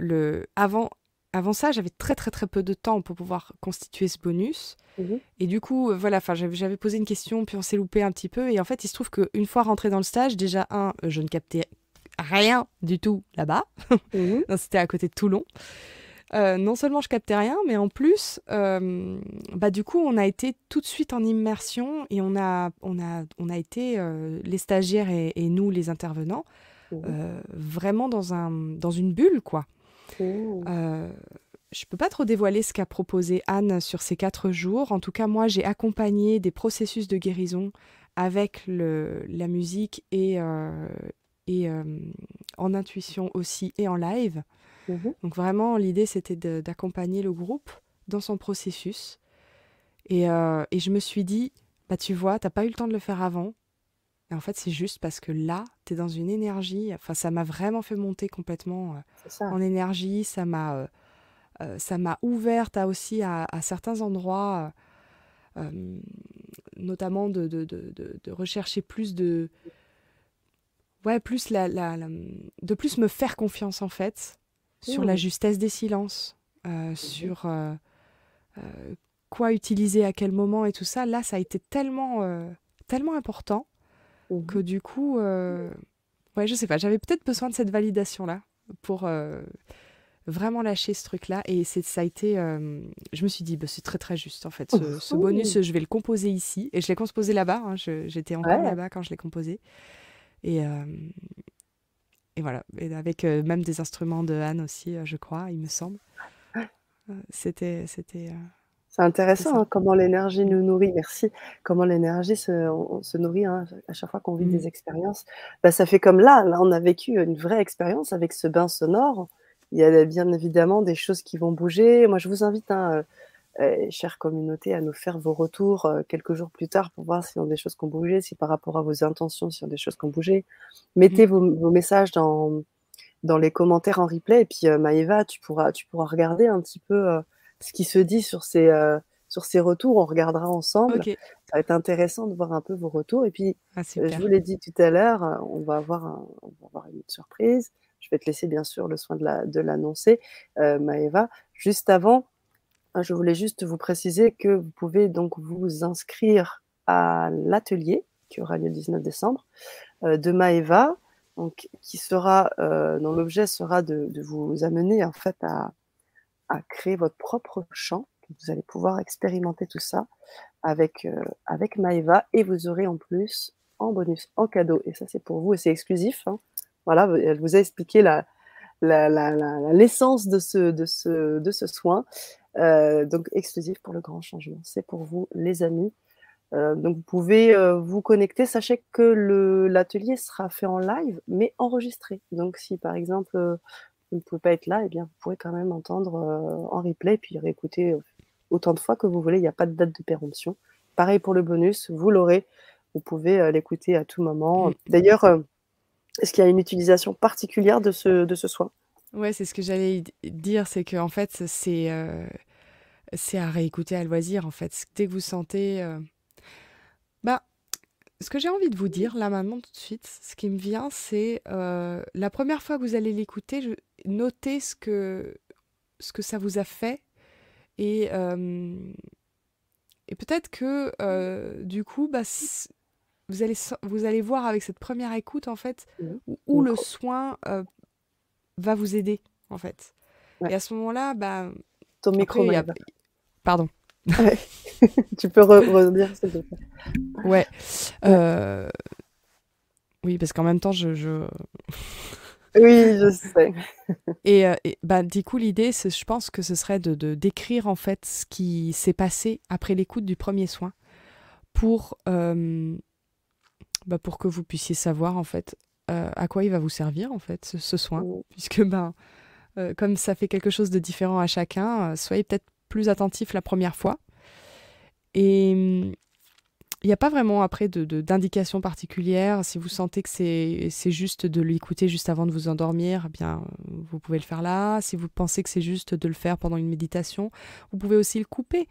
avant ça, j'avais très, très, très peu de temps pour pouvoir constituer ce bonus. Mmh mh. Et du coup, voilà, enfin, j'avais posé une question, puis on s'est loupé un petit peu. Et en fait, il se trouve qu'une fois rentrée dans le stage, déjà, je ne captais rien du tout là-bas. Mmh. Non, c'était à côté de Toulon. Non seulement je captais rien, mais en plus, bah, du coup, on a été tout de suite en immersion et on a été, les stagiaires et nous, les intervenants, Mmh. vraiment dans une bulle, quoi. Mmh. Euh, je peux pas trop dévoiler ce qu'a proposé Anne sur ces 4 jours. En tout cas, moi, j'ai accompagné des processus de guérison avec la musique et en intuition aussi et en live. Mmh mh. Donc vraiment, l'idée, c'était d'accompagner le groupe dans son processus. Et je me suis dit, bah tu vois, t'as pas eu le temps de le faire avant. Et en fait, c'est juste parce que là, t'es dans une énergie. Enfin, ça m'a vraiment fait monter complètement C'est ça. en énergie. Ça m'a ouverte à certains endroits, euh, notamment de rechercher plus de, ouais, plus de plus me faire confiance en fait sur la Mmh. justesse des silences, Mmh mh. sur quoi utiliser à quel moment et tout ça. Là, ça a été tellement important Mmh que mh. du coup, ouais, je sais pas, j'avais peut-être besoin de cette validation là pour vraiment lâcher ce truc-là. Et ça a été. Je me suis dit, bah, c'est très très juste en fait. Ce bonus, je vais le composer ici. Et je l'ai composé là-bas. Hein, j'étais encore Ouais. là-bas quand je l'ai composé. Et, euh, et voilà. Et avec même des instruments de Anne aussi, je crois, il me semble. C'est C'était intéressant, ça. hein, comment l'énergie Mm. nous nourrit. Merci. Comment l'énergie on se nourrit, hein, à chaque fois qu'on vit Mm. des expériences. Bah, ça fait comme là, on a vécu une vraie expérience avec ce bain sonore. Il y a bien évidemment des choses qui vont bouger. Moi, je vous invite, hein, chère communauté, à nous faire vos retours, quelques jours plus tard pour voir s'il y a des choses qui ont bougé, si par rapport à vos intentions, s'il y a des choses qui ont bougé. Mm. Mettez vos messages dans les commentaires en replay et puis, Maëva, tu pourras regarder un petit peu, ce qui se dit sur ces retours. On regardera ensemble. Ok. Ça va être intéressant de voir un peu vos retours et puis, Ah, je vous super. l'ai dit tout à l'heure, on va avoir une surprise. Je vais te laisser bien sûr le soin de l'annoncer, Maëva. Juste avant, je voulais juste vous préciser que vous pouvez donc vous inscrire à l'atelier qui aura lieu le 19 décembre, de Maëva, donc qui sera, dont l'objet sera de vous amener en fait à créer votre propre chant. Vous allez pouvoir expérimenter tout ça avec Maëva et vous aurez en plus, en bonus, en cadeau, et ça c'est pour vous et c'est exclusif, hein. Voilà, elle vous a expliqué l'essence de ce soin, donc exclusif pour le grand changement. C'est pour vous les amis. Donc vous pouvez, vous connecter. Sachez que l'atelier sera fait en live, mais enregistré. Donc si par exemple, vous ne pouvez pas être là, eh bien vous pourrez quand même entendre, en replay, puis réécouter, autant de fois que vous voulez. Il y a pas de date de péremption. Pareil pour le bonus, vous l'aurez. Vous pouvez, l'écouter à tout moment. Mm. D'ailleurs, est-ce qu'il y a une utilisation particulière de ce soin? Ouais, c'est ce que j'allais dire, c'est que en fait, c'est à réécouter à loisir, en fait. Dès que vous sentez, bah, ce que j'ai envie de vous dire là maintenant tout de suite, ce qui me vient, c'est la première fois que vous allez l'écouter, notez ce que ça vous a fait et, et peut-être que du coup, bah, vous allez voir avec cette première écoute en fait Mmh. où le Micro. soin va vous aider en fait. Ouais. Et à ce moment-là, bah, Ton micro, après, Maëva. pardon. Ouais. Tu peux redire, s'il te plaît? Ouais. Ouais. euh, oui, parce qu'en même temps, Oui, je sais. Et bah, du coup, l'idée, je pense que ce serait d'écrire en fait ce qui s'est passé après l'écoute du premier soin pour, bah, pour que vous puissiez savoir en fait à quoi il va vous servir en fait ce soin. Mmh. Puisque ben, comme ça fait quelque chose de différent à chacun, soyez peut-être plus attentif la première fois. Et il n'y a pas vraiment après d'indication particulière. Si vous sentez que c'est juste de l'écouter juste avant de vous endormir, eh bien, vous pouvez le faire là. Si vous pensez que c'est juste de le faire pendant une méditation, vous pouvez aussi le couper.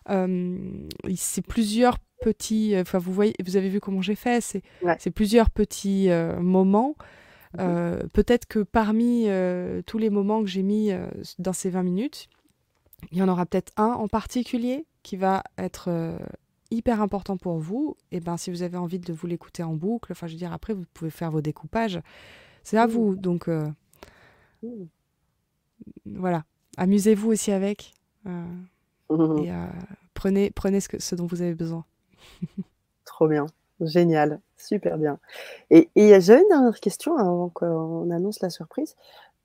C'est plusieurs petits... Enfin, vous voyez, vous avez vu comment j'ai fait. Ouais. C'est plusieurs petits moments. Mmh. Peut-être que parmi tous les moments que j'ai mis dans ces 20 minutes, il y en aura peut-être un en particulier qui va être hyper important pour vous. Et ben, si vous avez envie de vous l'écouter en boucle, enfin, je veux dire, après, vous pouvez faire vos découpages. C'est à Mmh. vous. Donc, Mmh. voilà. Amusez-vous aussi avec. euh, Mmh. et prenez ce dont vous avez besoin. Trop bien. Génial. Super bien. Et j'avais une dernière question avant qu'on annonce la surprise.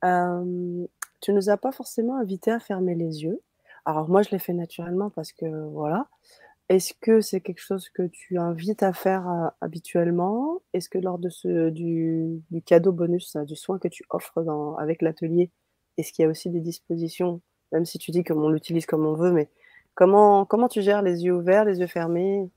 Tu nous as pas forcément invités à fermer les yeux. Alors moi, je l'ai fait naturellement parce que voilà. Est-ce que c'est quelque chose que tu invites à faire, habituellement? Est-ce que lors de du cadeau bonus, du soin que tu offres avec l'atelier, est-ce qu'il y a aussi des dispositions, même si tu dis qu'on l'utilise comme on veut, mais comment tu gères les yeux ouverts, les yeux fermés?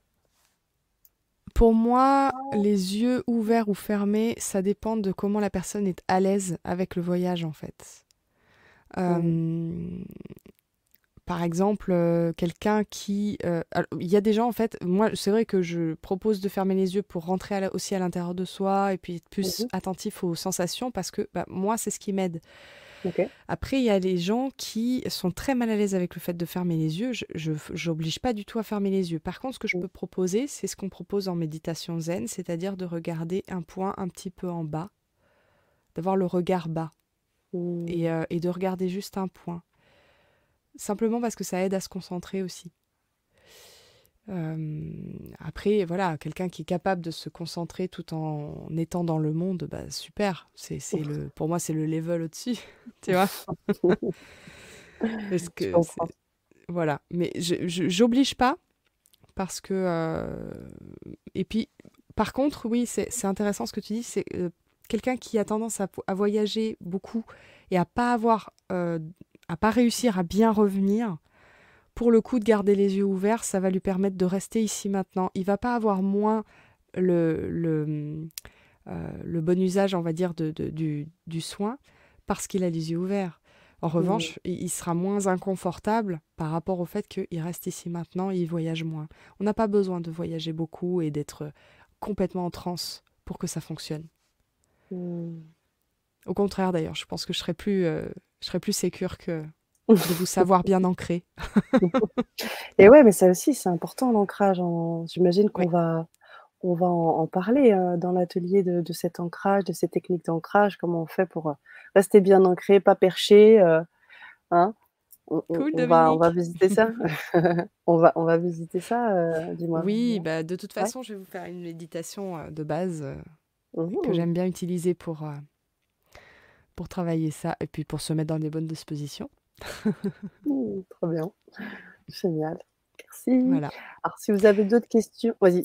Pour moi, les yeux ouverts ou fermés, ça dépend de comment la personne est à l'aise avec le voyage, en fait. Mmh. Euh, Par exemple, quelqu'un qui... alors, il y a des gens, en fait, moi, c'est vrai que je propose de fermer les yeux pour rentrer aussi à l'intérieur de soi et puis être plus Mmh. attentif aux sensations parce que bah, moi, c'est ce qui m'aide. OK. Après, il y a les gens qui sont très mal à l'aise avec le fait de fermer les yeux. J'oblige pas du tout à fermer les yeux. Par contre, ce que je Mmh. peux proposer, c'est ce qu'on propose en méditation zen, c'est-à-dire de regarder un point un petit peu en bas, d'avoir le regard bas Mmh. et de regarder juste un point. Simplement parce que ça aide à se concentrer aussi. Après, voilà, quelqu'un qui est capable de se concentrer tout en étant dans le monde, bah super. Pour moi, c'est le level au-dessus, tu vois. Parce Je que comprends. voilà. Mais j'oblige pas parce que et puis par contre, oui, c'est intéressant ce que tu dis. C'est quelqu'un qui a tendance à voyager beaucoup et à pas réussir à bien revenir. Pour le coup, de garder les yeux ouverts, ça va lui permettre de rester ici maintenant. Il va pas avoir moins le bon usage, on va dire, du soin parce qu'il a les yeux ouverts. En Mmh. revanche, il sera moins inconfortable par rapport au fait qu'il reste ici maintenant et il voyage moins. On n'a pas besoin de voyager beaucoup et d'être complètement en transe pour que ça fonctionne. Mmh. Au contraire, d'ailleurs, je pense que je serais plus sécure que de vous savoir bien ancré. Et ouais, mais ça aussi, c'est important l'ancrage j'imagine Oui. on va en parler, dans l'atelier de cet ancrage, de ces techniques d'ancrage, comment on fait pour, rester bien ancré, pas perché, hein? Cool, On va Dominique. visiter ça? On va visiter ça, dis-moi? Oui, bah, de toute Ouais? façon, je vais vous faire une méditation de base Mmh que mh. j'aime bien utiliser pour travailler ça et puis pour se mettre dans les bonnes dispositions. Mmh, trop bien, génial. Merci. Voilà. Alors si vous avez d'autres questions vas-y.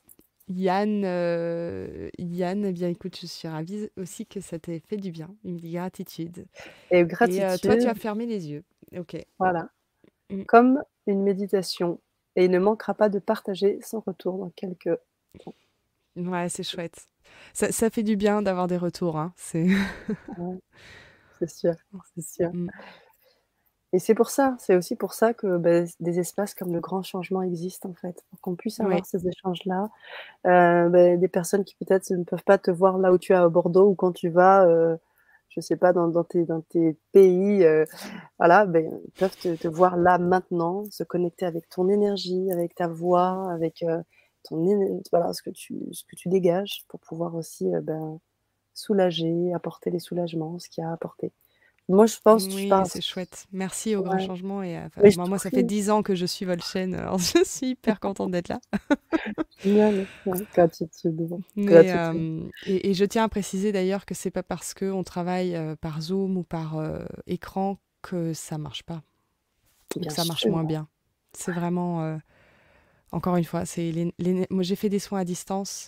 Yann, eh bien écoute, je suis ravie aussi que ça t'ait fait du bien. Il me dit gratitude. Et Et toi, tu gratitude, as fermé les yeux. Ok. voilà, Mm. comme une méditation et il ne manquera pas de partager son retour dans quelques temps. Ouais, c'est chouette. Ça fait du bien d'avoir des retours, hein. C'est... Ouais, c'est sûr, c'est sûr. Mm. Et c'est pour ça, c'est aussi pour ça que, des espaces comme le grand changement existent, en fait, pour qu'on puisse avoir Oui. ces échanges-là. Des personnes qui peut-être ne peuvent pas te voir là où tu es à Bordeaux ou quand tu vas, je sais pas, dans tes pays, voilà, ils peuvent te voir là, maintenant, se connecter avec ton énergie, avec ta voix, avec, ton éné voilà, ce que tu dégages pour pouvoir aussi, soulager, apporter les soulagements, ce qu'il y a à apporter. Moi, je pense, je Oui, pars c'est chouette. Merci au Grand ouais, Changement et mais je bah, t'en moi, ça fait prie, 10 ans que je suis votre chaîne, alors je suis hyper contente d'être là. génial, ouais, gratitude, ouais, Mais, gratitude, et je tiens à préciser d'ailleurs que c'est pas parce qu'on travaille par Zoom ou par écran que ça marche pas ou que bien ça marche sûr. moins bien. C'est vraiment, encore une fois, moi j'ai fait des soins à distance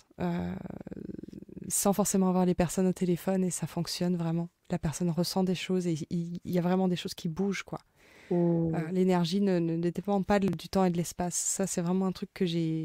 sans forcément avoir les personnes au téléphone et ça fonctionne vraiment. La personne ressent des choses et il y a vraiment des choses qui bougent, quoi. Mmh. L'énergie ne dépend pas du temps et de l'espace. Ça, c'est vraiment un truc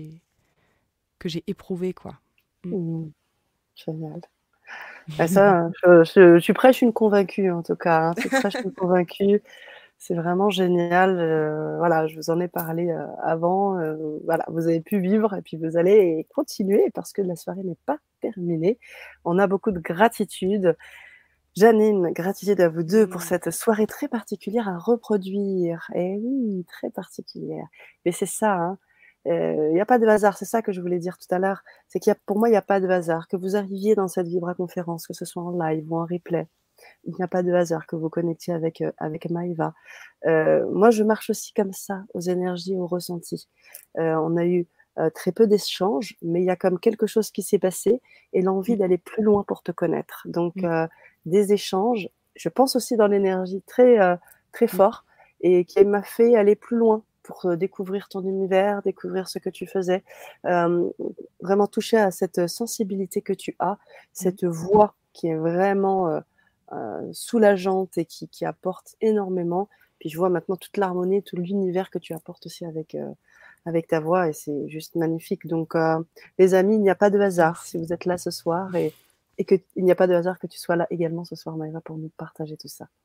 que j'ai éprouvé, quoi. Mm. Mmh. Génial. Bah, ça, tu prêches une convaincue en tout cas, hein. Tu prêches une convaincue. C'est vraiment génial, voilà, je vous en ai parlé, avant, voilà, vous avez pu vivre et puis vous allez continuer parce que la soirée n'est pas terminée. On a beaucoup de gratitude. Janine, gratitude à vous 2 pour Mm. cette soirée très particulière à reproduire. Et oui, très particulière. Mais c'est ça, hein, il y a pas de hasard, c'est ça que je voulais dire tout à l'heure. C'est qu'il y a pour moi, il y a pas de hasard. Que vous arriviez dans cette Vibra-conférence, que ce soit en live ou en replay, il n'y a pas de hasard que vous connectiez avec Maëva. Moi, je marche aussi comme ça, aux énergies, aux ressentis. On a eu, très peu d'échanges, mais il y a comme quelque chose qui s'est passé et l'envie Mm. d'aller plus loin pour te connaître. Donc, Mm. des échanges, je pense aussi dans l'énergie très, très Mm. fort et qui m'a fait aller plus loin pour, découvrir ton univers, découvrir ce que tu faisais. Hem, Vraiment toucher à cette sensibilité que tu as, Mm. cette voix qui est vraiment, soulageante et qui apporte énormément. Puis je vois maintenant toute l'harmonie, tout l'univers que tu apportes aussi avec ta voix et c'est juste magnifique. Donc, les amis, il n'y a pas de hasard si Merci. vous êtes là ce soir et qu'il n'y a pas de hasard que tu sois là également ce soir, Maëva, pour nous partager tout ça.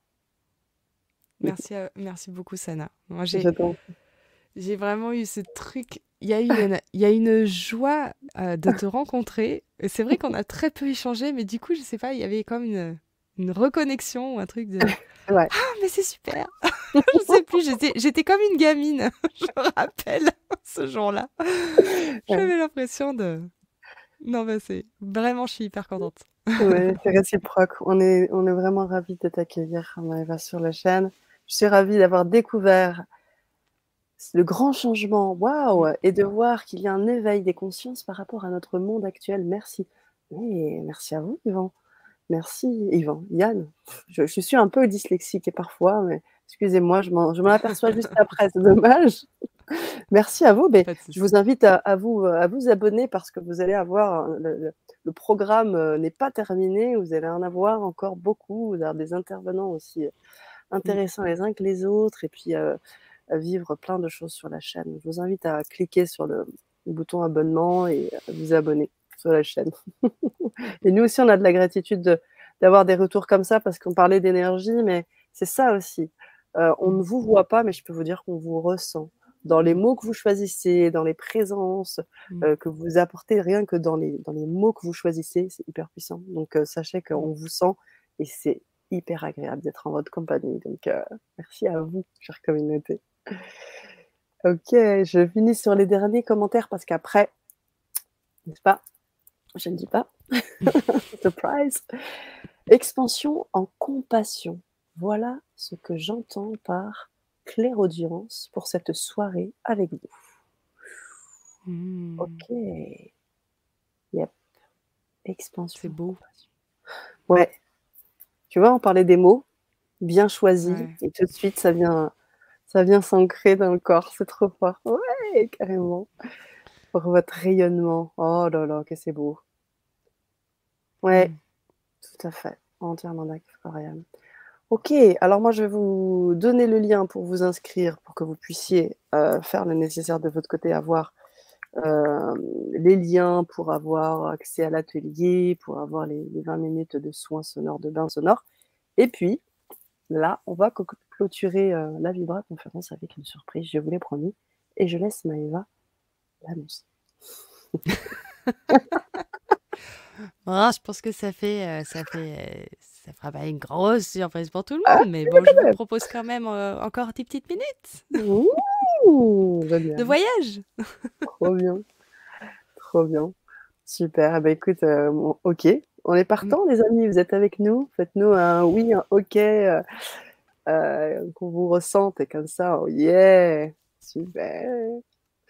Merci beaucoup, Sana. Moi, Je t'en j'ai vraiment eu ce truc. Il y a une joie de te rencontrer. Et c'est vrai qu'on a très peu échangé, mais du coup, je sais pas, il y avait comme une reconnexion ou un truc de ouais, ah, mais c'est super! Je sais plus, j'étais comme une gamine, je me rappelle, ce jour-là. ouais, J'avais l'impression de. Non, mais c'est. Vraiment, je suis hyper contente. ouais, c'est réciproque. On est vraiment ravis de t'accueillir, Maëva, sur la chaîne. Je suis ravie d'avoir découvert le grand changement, Mm. waouh! Et de voir qu'il y a un éveil des consciences par rapport à notre monde actuel. Merci. Oui, merci à vous, Yvan. Merci, Yvan. Yann. Je suis un peu dyslexique et parfois, mais excusez-moi, je m'en aperçois juste après, c'est dommage. Merci à vous, mais Pas de je vous souci. invite à vous abonner parce que vous allez avoir le programme, n'est pas terminé, vous allez en avoir encore beaucoup, vous allez avoir des intervenants aussi, Mm. intéressants les uns que les autres et puis, à vivre plein de choses sur la chaîne. Je vous invite à cliquer sur le bouton abonnement et à vous abonner sur la chaîne. Et nous aussi, on a de la gratitude d'avoir des retours comme ça parce qu'on parlait d'énergie, mais c'est ça aussi. On ne Mm. vous voit pas, mais je peux vous dire qu'on vous ressent. Dans les Mm. mots que vous choisissez, dans les présences Mm. que vous apportez, rien que dans les mots que vous choisissez, c'est hyper puissant. Donc, sachez Mm. qu'on vous sent et c'est hyper agréable d'être en votre compagnie. Donc, merci à vous, chère communauté. OK, je finis sur les derniers commentaires parce qu'après, n'est-ce pas? Je ne dis pas. Surprise! Expansion en compassion. Voilà ce que j'entends par clairaudience pour cette soirée avec vous. Mm. OK. Yep. Expansion C'est en beau. compassion. Ouais, tu vois, on parlait des mots bien choisis Ouais. et tout de suite ça vient s'ancrer dans le corps, c'est trop fort. Ouais, carrément. Pour votre rayonnement. Oh là là, que c'est beau. Ouais, Mm. tout à fait. Entièrement d'accord, Ariane. OK, alors moi je vais vous donner le lien pour vous inscrire, pour que vous puissiez, faire le nécessaire de votre côté, avoir, les liens pour avoir accès à l'atelier, pour avoir les 20 minutes de soins sonores, de bain sonore et puis là, on va clôturer la Vibra conférence avec une surprise, je vous l'ai promis, et je laisse Maëva l'annoncer. Je pense que ça fera pas une grosse surprise pour tout le Ah, monde, mais mais bon, je quand vous même! propose quand même encore 10 petites minutes Ouh! de Génial, voyage. trop bien, trop bien. Super, eh bah, écoute, bon, OK, on est Mm. partants les amis, vous êtes avec nous? Faites-nous un oui, un OK, qu'on vous ressente et comme ça, oh yeah! Super,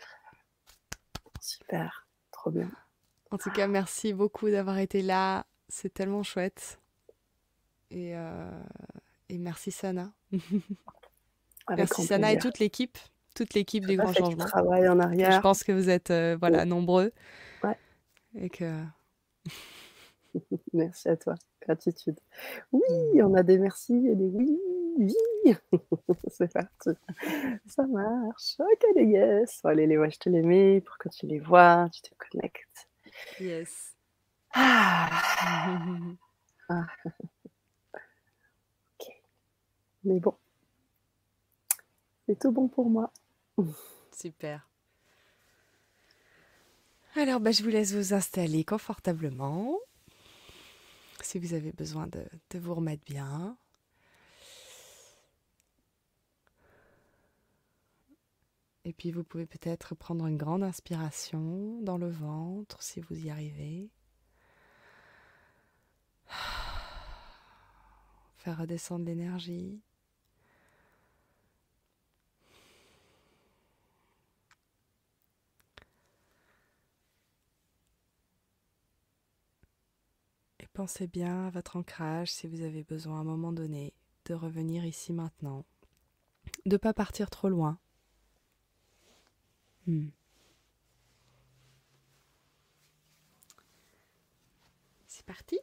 super, trop bien. En tout cas, merci beaucoup d'avoir été là. C'est tellement chouette. Et, euh, et merci Sana. Avec Merci grand Sana et plaisir. toute l'équipe Tout du à Grand fait, qui Changement. travaille en Que je arrière. pense que vous êtes Mmh, voilà, nombreux ouais, et que merci à toi, gratitude. Oui, mm. on a des merci et des oui, oui. C'est parti. Ça marche. OK les yes. Bon allez, les ouais, je te les mets pour que tu les vois, tu te connectes. Yes. Ah! Ah, OK. Mais bon, c'est tout bon pour moi. Super. Alors, bah, je vous laisse vous installer confortablement. Si vous avez besoin de vous remettre bien. Et puis, vous pouvez peut-être prendre une grande inspiration dans le ventre si vous y arrivez. Faire redescendre l'énergie. Et pensez bien à votre ancrage si vous avez besoin à un moment donné de revenir ici maintenant. De ne pas partir trop loin. C'est parti.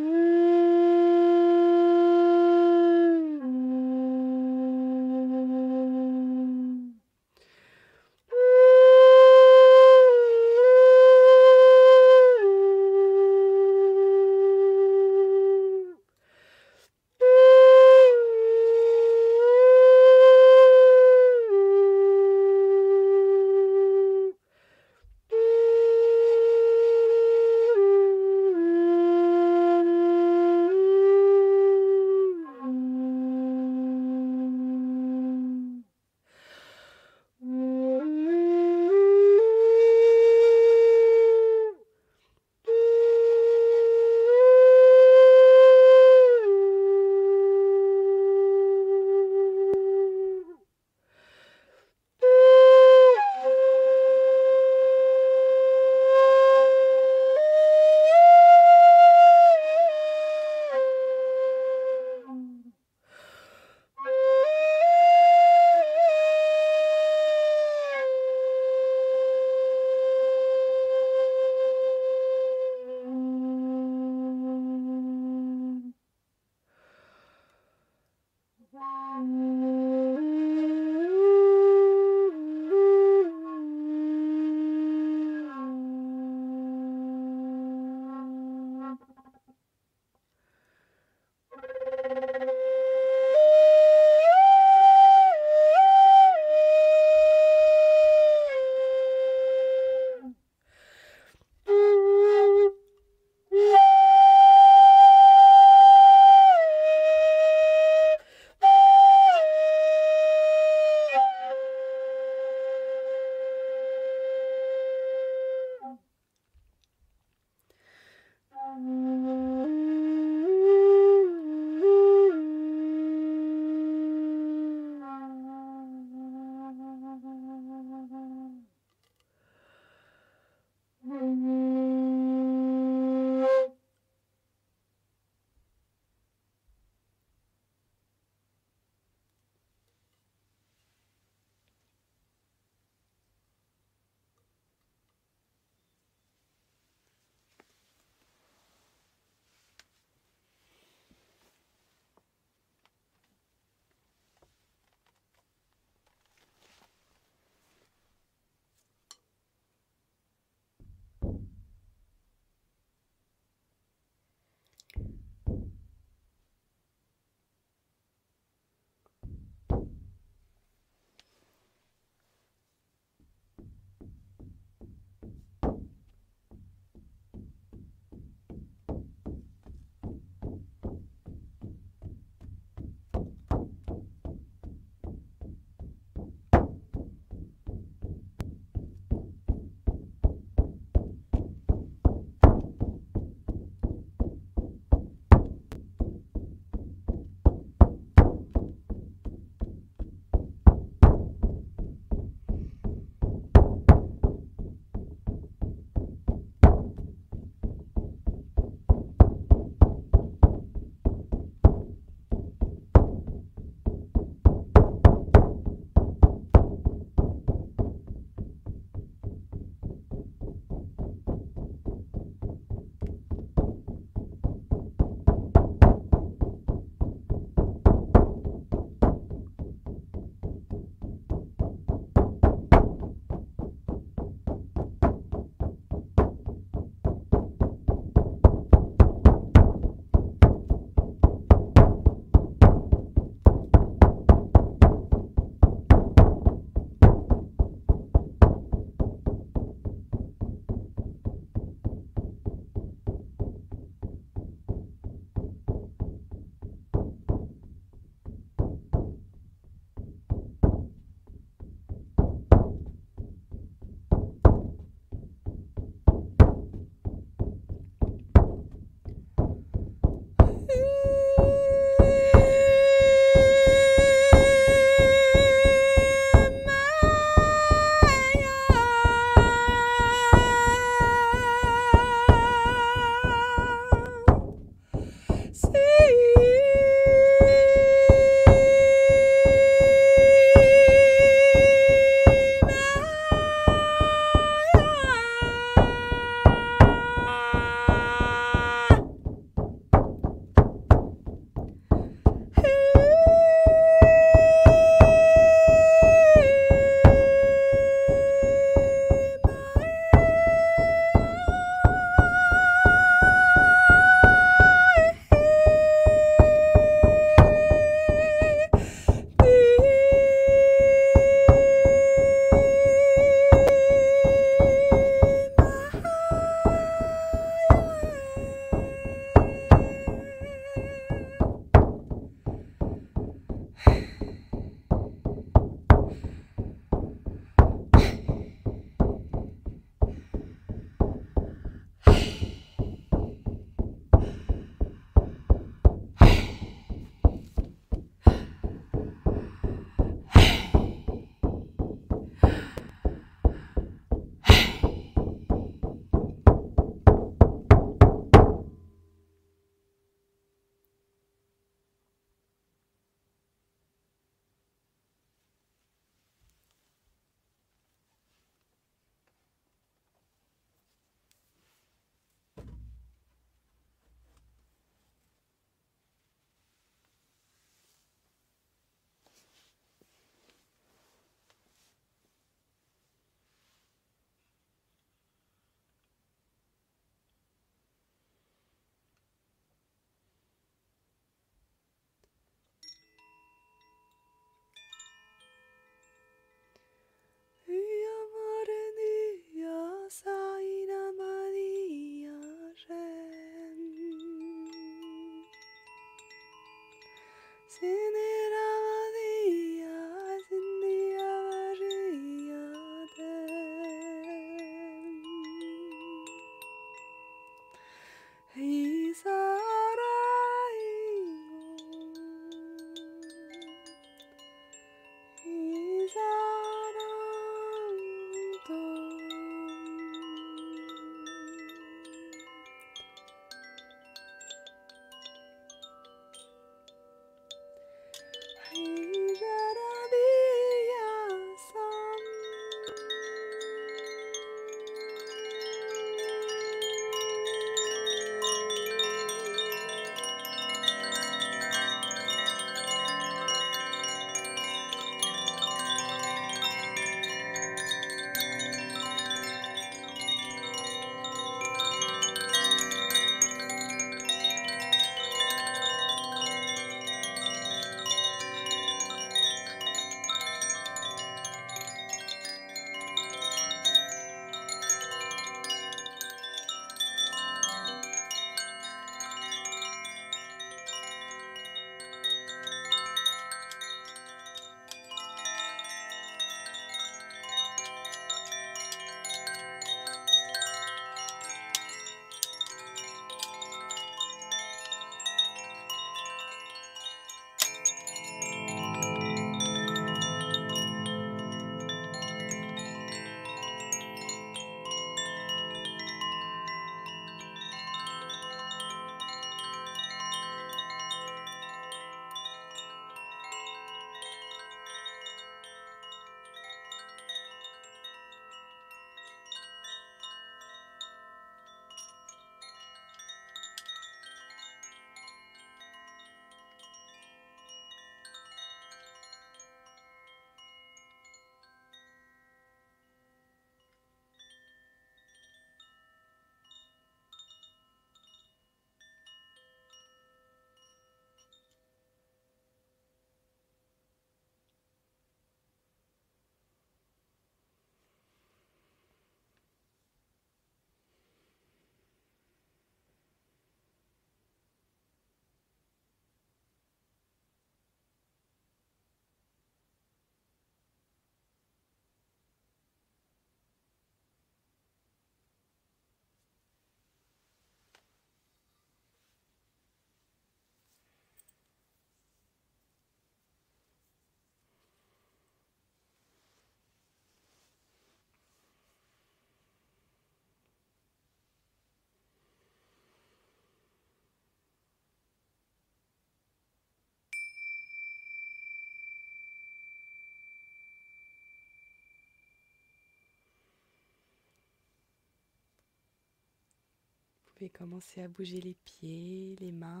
pouvez commencer à bouger les pieds, les mains,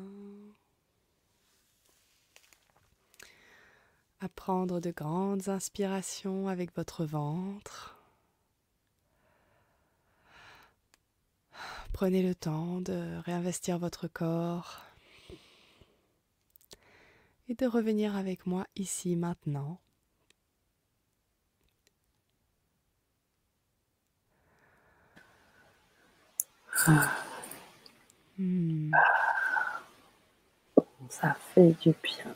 à prendre de grandes inspirations avec votre ventre. Prenez le temps de réinvestir votre corps et de revenir avec moi ici maintenant. Ça fait du bien.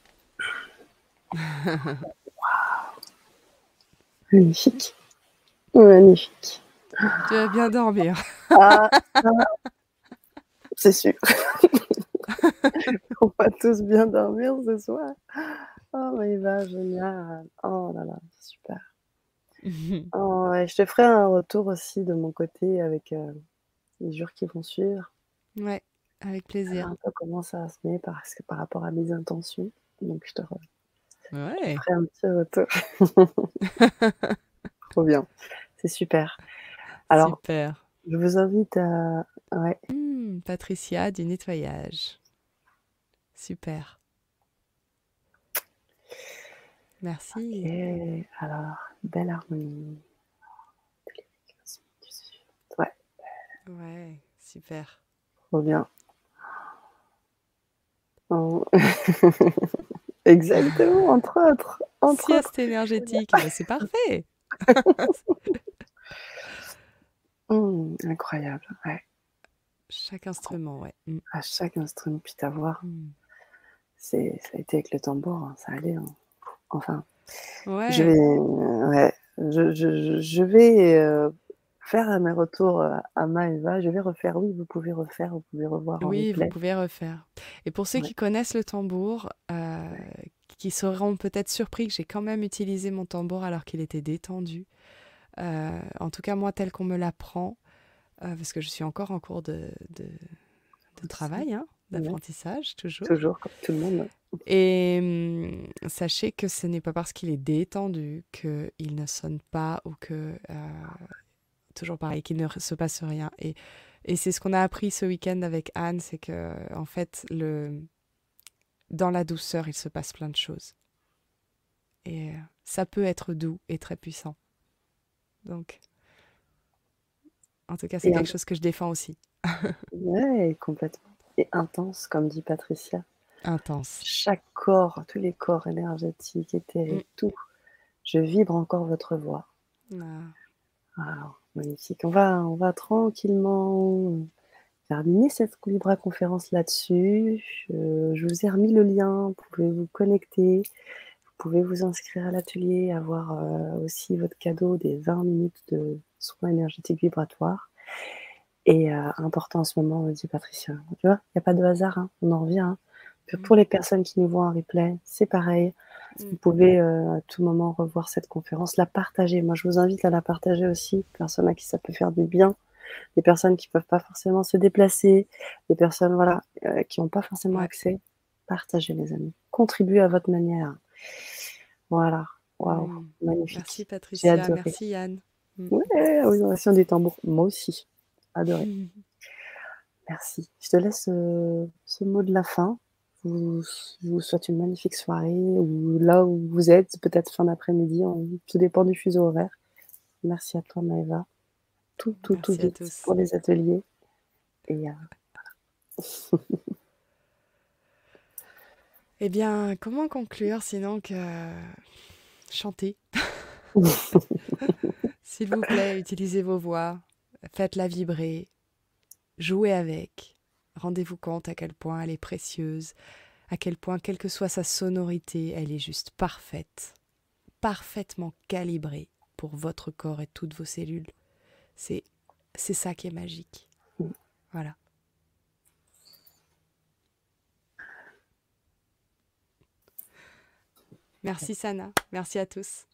Magnifique. Magnifique. Tu vas bien dormir. Ah, c'est sûr. On va tous bien dormir ce soir. Oh, mais il va, génial. Oh là là, super. Oh, ouais, je te ferai un retour aussi de mon côté avec les jours qui vont suivre. Ouais, avec Savoir plaisir. un peu comment ça se met par rapport à mes intentions. Donc, je te Ouais. ferai un petit retour. Trop bien. C'est super. Alors, Super. je vous invite à... Ouais. Patricia du nettoyage. Super. Merci. Ok. Alors, belle harmonie. Ouais, Ouais, super. trop bien. Oh. Exactement, entre autres. Entre autres. Sieste énergétique, bah c'est parfait. Incroyable, ouais. Chaque instrument, ouais. À chaque instrument, puis ta voix, Mm. ça a été avec le tambour, hein, ça allait, hein. Enfin, je Ouais, vais, ouais, je vais faire mes retours à Maëva. Je vais refaire, oui, vous pouvez refaire, vous pouvez revoir en oui, vous replay. pouvez refaire. Et pour ceux Ouais, qui connaissent le tambour, qui seront peut-être surpris que j'ai quand même utilisé mon tambour alors qu'il était détendu. En tout cas, moi, tel qu'on me l'apprend, parce que je suis encore en cours de apprentissage. travail, hein, Ouais, d'apprentissage, toujours. toujours, comme tout le monde. Et sachez que ce n'est pas parce qu'il est détendu qu'il ne sonne pas ou que, toujours pareil, qu'il ne se passe rien. Et c'est ce qu'on a appris ce week-end avec Anne, c'est que en fait, dans la douceur, il se passe plein de choses. Et ça peut être doux et très puissant. Donc, en tout cas, c'est Et quelque chose que je défends aussi. ouais, complètement. Et intense, comme dit Patricia. Intense. Chaque corps, tous les corps énergétiques, Mm. éthériques, tout. Je vibre encore votre voix. Ah. Waouh, magnifique. On va tranquillement terminer cette Libra conférence là-dessus. Je vous ai remis le lien, vous pouvez vous connecter, vous pouvez vous inscrire à l'atelier, avoir aussi votre cadeau des 20 minutes de soins énergétiques vibratoires. Et important en ce moment, dit Patricia. Tu vois, il n'y a pas de hasard, hein, on en revient. Hein. Mm. Pour les personnes qui nous voient en replay, c'est pareil. Vous Mm. pouvez à tout moment revoir cette conférence, la partager. Moi, je vous invite à la partager aussi, personnes à qui ça peut faire du bien, des personnes qui ne peuvent pas forcément se déplacer, des personnes voilà, qui n'ont pas forcément Ouais. accès. Partagez, les amis. Contribuez à votre manière. Voilà. Waouh, Mm. Merci magnifique. J'ai Patricia, adoré. merci Yann. Mm. Ouais, oui, on du tambour. Moi aussi. Adoré. Merci. Je te laisse ce mot de la fin. Je vous souhaite une magnifique soirée, ou là où vous êtes, peut-être fin d'après-midi, tout dépend du fuseau horaire. Merci à toi, Maëva. Tout Merci à vite tous. pour les ateliers. Et Eh bien, comment conclure sinon que chanter? S'il vous plaît, utilisez vos voix, faites-la vibrer, jouez avec. Rendez-vous compte à quel point elle est précieuse, à quel point, quelle que soit sa sonorité, elle est juste parfaite, parfaitement calibrée pour votre corps et toutes vos cellules. C'est, c'est ça qui est magique. Voilà. Merci Sana, merci à tous.